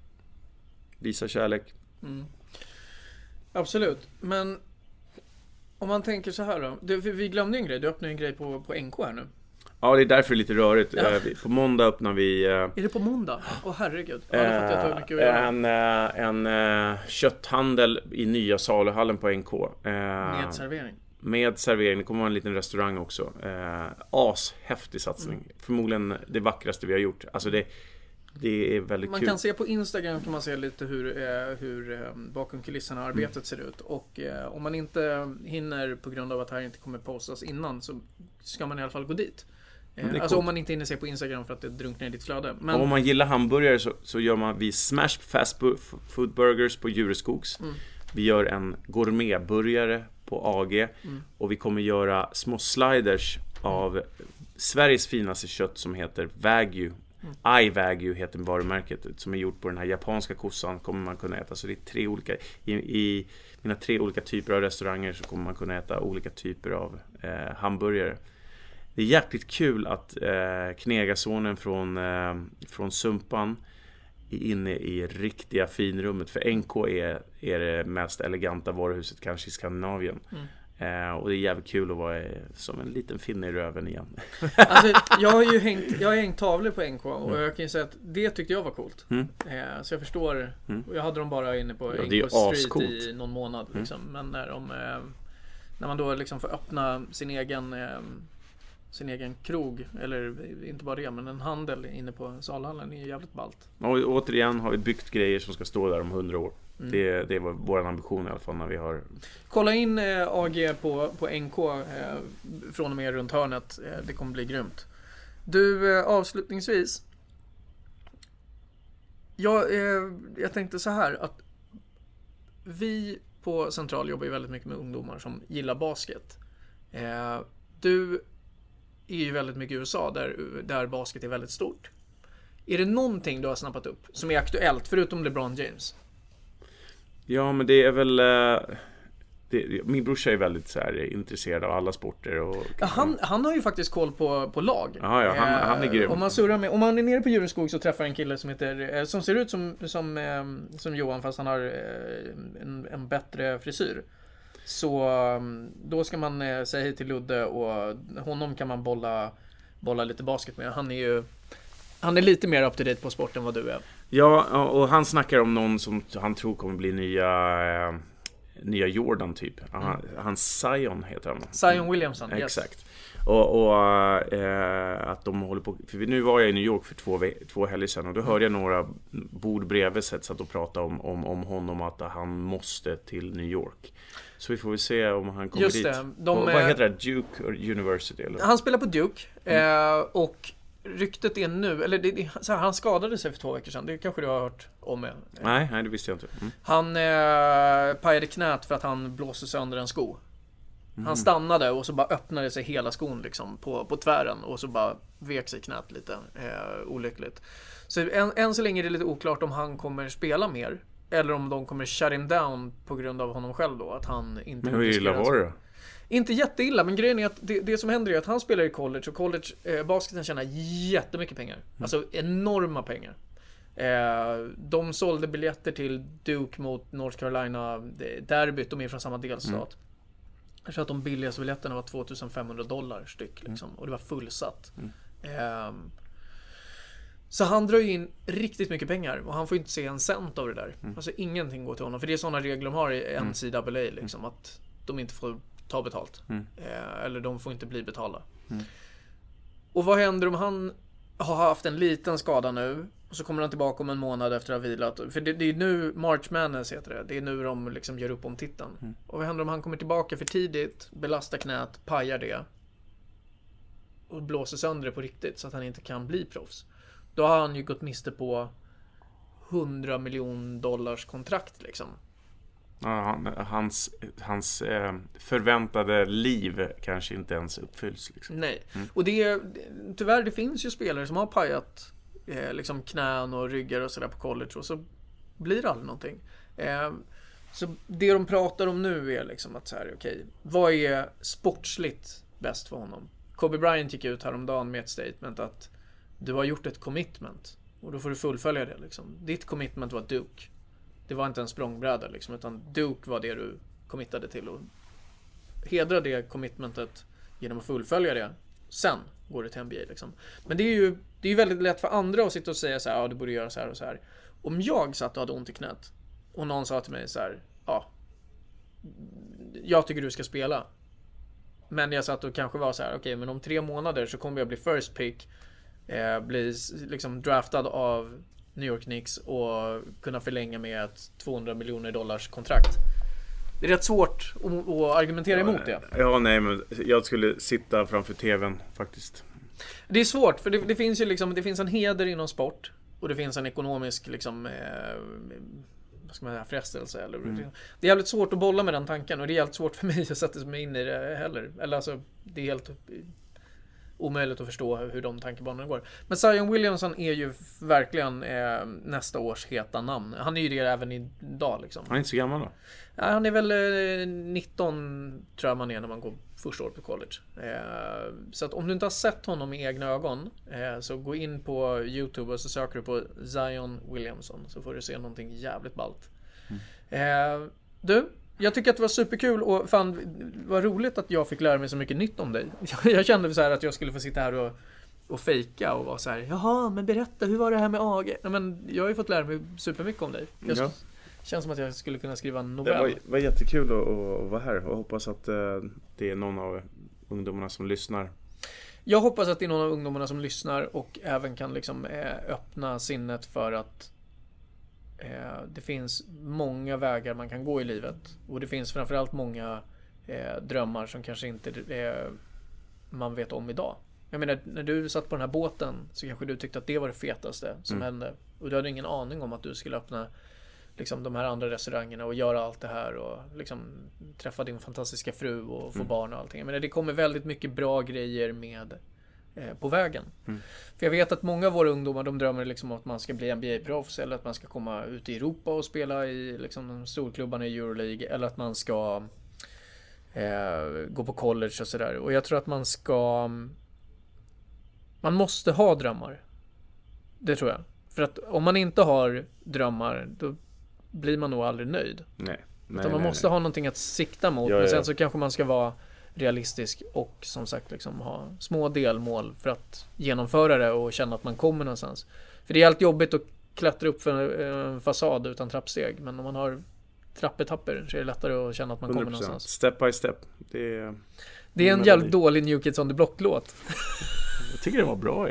visa kärlek. Mm. Absolut. Men Om man tänker så här då. Du, vi glömde en grej. Du öppnade en grej på, på N K här nu. Ja, det är därför det är lite rörigt. Ja. På måndag öppnar vi... Är det på måndag? Åh oh, herregud. Ja, det fattar jag att mycket att göra. En, en, en kötthandel i nya saluhallen på N K. Med servering. Med servering. Det kommer vara en liten restaurang också. Ashäftig satsning. Mm. Förmodligen det vackraste vi har gjort. Alltså det... Det är väldigt man kul. Kan se på Instagram kan man se lite hur, eh, hur eh, bakom kulisserna arbetet mm. ser ut. Och eh, om man inte hinner på grund av att det här inte kommer postas innan så ska man i alla fall gå dit. Eh, alltså cool. Om man inte hinner se på Instagram för att det drunknar i ditt flöde. Men... om man gillar hamburgare så, så gör man vi smash fast food burgers på Djureskogs. Mm. Vi gör en gourmetburgare på A G. Mm. Och vi kommer göra små sliders av mm. Sveriges finaste kött som heter Wagyu. Mm. iWagyu heter varumärket som är gjort på den här japanska kossan kommer man kunna äta. Så det är tre olika i, i mina tre olika typer av restauranger så kommer man kunna äta olika typer av eh, hamburgare. Det är jäkligt kul att eh, Knegasonen från, eh, från Sumpan är inne i riktiga finrummet. För N K är, är det mest eleganta varuhuset kanske i Skandinavien. Mm. Uh, och det är jävligt kul att vara som en liten finne i röven igen. Alltså, jag har ju hängt, jag har hängt tavlor på N K och mm. jag kan ju säga att det tyckte jag var coolt. Mm. Uh, så jag förstår, mm. och jag hade dem bara inne på ja, N K Street ascoolt. I någon månad. Liksom. Mm. Men när, de, uh, när man då liksom får öppna sin egen, uh, sin egen krog, eller inte bara det, men en handel inne på Salhallen är jävligt ballt. Och återigen har vi byggt grejer som ska stå där om hundra år. Mm. Det, det var vår ambition i alla fall när vi har... Kolla in eh, A G på, på N K eh, från och med runt hörnet. Eh, det kommer bli grymt. Du, eh, avslutningsvis. Jag, eh, jag tänkte så här att vi på Central jobbar ju väldigt mycket med ungdomar som gillar basket. Eh, du är ju väldigt mycket i U S A där, där basket är väldigt stort. Är det någonting du har snappat upp som är aktuellt förutom LeBron James? Ja, men det är väl... Uh, det, min brorsa är väldigt så här, intresserad av alla sporter. Och, ja, han, han har ju faktiskt koll på, på lag. Aha, ja, han, uh, han är grym. Om man, surrar med, om man är nere på Djureskog så träffar en kille som, heter, som ser ut som, som, um, som Johan fast han har uh, en, en bättre frisyr. Så um, då ska man uh, säga hej till Ludde och honom kan man bolla, bolla lite basket med. Han är ju... Han är lite mer up to date på sporten än vad du är. Ja, och han snackar om någon som han tror kommer bli nya eh, nya Jordan typ. Mm. Han, han Zion heter han. Zion Williamson, mm. Exakt. Yes. Och, och eh, att de håller på... För nu var jag i New York för två, två helger sedan och då hörde jag några bord bredvid sig så att de pratade om, om, om honom att han måste till New York. Så vi får väl se om han kommer Just dit. Det. De, och, vad heter det? Duke University? Eller? Han spelar på Duke mm. eh, och ryktet är nu, eller det, det, så här, han skadade sig för två veckor sedan. Det kanske du har hört om med. Nej, nej det visste jag inte. Mm. Han eh, pajade knät för att han blåste sönder en sko. Mm. Han stannade och så bara öppnade sig hela skon liksom på, på tvären och så bara vek sig knät lite. Eh, olyckligt. Så än, än så länge är det lite oklart om han kommer spela mer eller om de kommer shut him down på grund av honom själv då. Att han inte... Men hur illa var det då? Inte jätteilla, men grejen är att det, det som händer är att han spelar i college och college eh, basketen tjänar jättemycket pengar. Mm. Alltså enorma pengar. Eh, de sålde biljetter till Duke mot North Carolina derbyt, de är från samma delstat. Mm. Jag tror att de billigaste biljetterna var tvåtusenfemhundra dollar styck liksom, och det var fullsatt. Mm. Eh, så han drar ju in riktigt mycket pengar och han får inte se en cent av det där. Mm. Alltså ingenting går till honom, för det är sådana regler de har i N C A A liksom, mm. att de inte får ta betalt. Mm. Eh, eller de får inte bli betalda. Mm. Och vad händer om han har haft en liten skada nu och så kommer han tillbaka om en månad efter att ha vilat? För det, det är nu March Madness heter det. Det är nu de liksom gör upp om titeln. Mm. Och vad händer om han kommer tillbaka för tidigt, belastar knät, pajar det och blåser sönder det på riktigt så att han inte kan bli proffs? Då har han ju gått miste på hundra miljoner dollars kontrakt liksom. Ja, hans hans eh, förväntade liv kanske inte ens uppfylls liksom. Nej, mm. och det tyvärr det finns ju spelare som har pajat eh, liksom knän och ryggar och sådär på college och så blir det aldrig någonting. Eh, så det de pratar om nu är liksom att så här, okej, vad är sportsligt bäst för honom? Kobe Bryant gick ut häromdagen med ett statement att du har gjort ett commitment och då får du fullfölja det liksom. Ditt commitment var Duke. Det var inte en språngbräda liksom, utan Duke var det du committade till och hedra det commitmentet genom att fullfölja det. Sen går det till N B A liksom. Men det är ju det är ju väldigt lätt för andra att sitta och säga så här, ja du borde göra så här och så här. Om jag satt och hade ont i knät och någon sa till mig så här, ja jag tycker du ska spela. Men jag satt och kanske var så här, okej, okay, men om tre månader så kommer jag bli first pick, eh, bli liksom draftad av New York Knicks och kunna förlänga med ett tvåhundra miljoner dollars kontrakt. Det är rätt svårt att, att argumentera emot det. Ja, nej, men jag skulle sitta framför tvn faktiskt. Det är svårt, för det, det finns ju liksom, det finns en heder inom sport och det finns en ekonomisk liksom eh, vad ska man säga, frestelse eller mm. Det är jävligt svårt att bolla med den tanken och det är jävligt svårt för mig att sätta mig in i det heller. Eller alltså, det är helt omöjligt att förstå hur de tankebanorna går. Men Zion Williamson är ju verkligen eh, nästa års heta namn. Han är ju det även idag liksom. Han är inte så gammal då? Ja, han är väl eh, nitton tror jag man är när man går första året på college. Eh, så att om du inte har sett honom med egna ögon eh, så gå in på YouTube och så söker du på Zion Williamson så får du se någonting jävligt ballt. Mm. Eh, du, jag tycker att det var superkul och fan, det var roligt att jag fick lära mig så mycket nytt om dig. Jag kände så här att jag skulle få sitta här och, och fejka och vara så här, jaha, men berätta, hur var det här med A G? Nej, men jag har ju fått lära mig supermycket om dig. Jag ja. Känns som att jag skulle kunna skriva en novell. Det var, var jättekul att, att vara här och hoppas att uh, det är någon av ungdomarna som lyssnar. Jag hoppas att det är någon av ungdomarna som lyssnar och även kan liksom eh, öppna sinnet för att eh, det finns många vägar man kan gå i livet. Och det finns framförallt många eh, drömmar som kanske inte eh, man vet om idag. Jag menar, när du satt på den här båten så kanske du tyckte att det var det fetaste som mm. hände. Och du hade ingen aning om att du skulle öppna liksom de här andra restaurangerna och göra allt det här och liksom träffa din fantastiska fru och få mm. barn och allting. Men det kommer väldigt mycket bra grejer med eh, på vägen. Mm. För jag vet att många av våra ungdomar, de drömmer liksom om att man ska bli N B A-proffs eller att man ska komma ut i Europa och spela i liksom de storklubbarna i Euroleague eller att man ska eh, gå på college och sådär. Och jag tror att man ska man måste ha drömmar. Det tror jag. För att om man inte har drömmar då blir man nog aldrig nöjd. Nej. nej Utan man nej, måste nej. ha någonting att sikta mot. Ja, men sen ja. så kanske man ska vara realistisk och som sagt liksom ha små delmål för att genomföra det och känna att man kommer någonstans. För det är alltid jobbigt att klättra upp för en fasad utan trappsteg. Men om man har trappetapper så är det lättare att känna att man kommer någonstans. Step by step. Det är, det är en jävligt dålig New Kids on the Block-låt. Jag tycker det var bra, ja.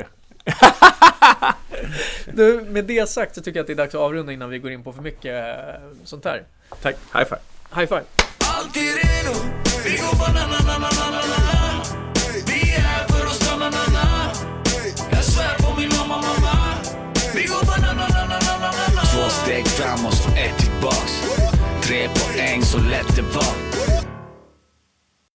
Du, med det sagt så tycker jag att det är dags att avrunda innan vi går in på för mycket sånt här. Tack, high five. High five. Alltid redo, vi går banana,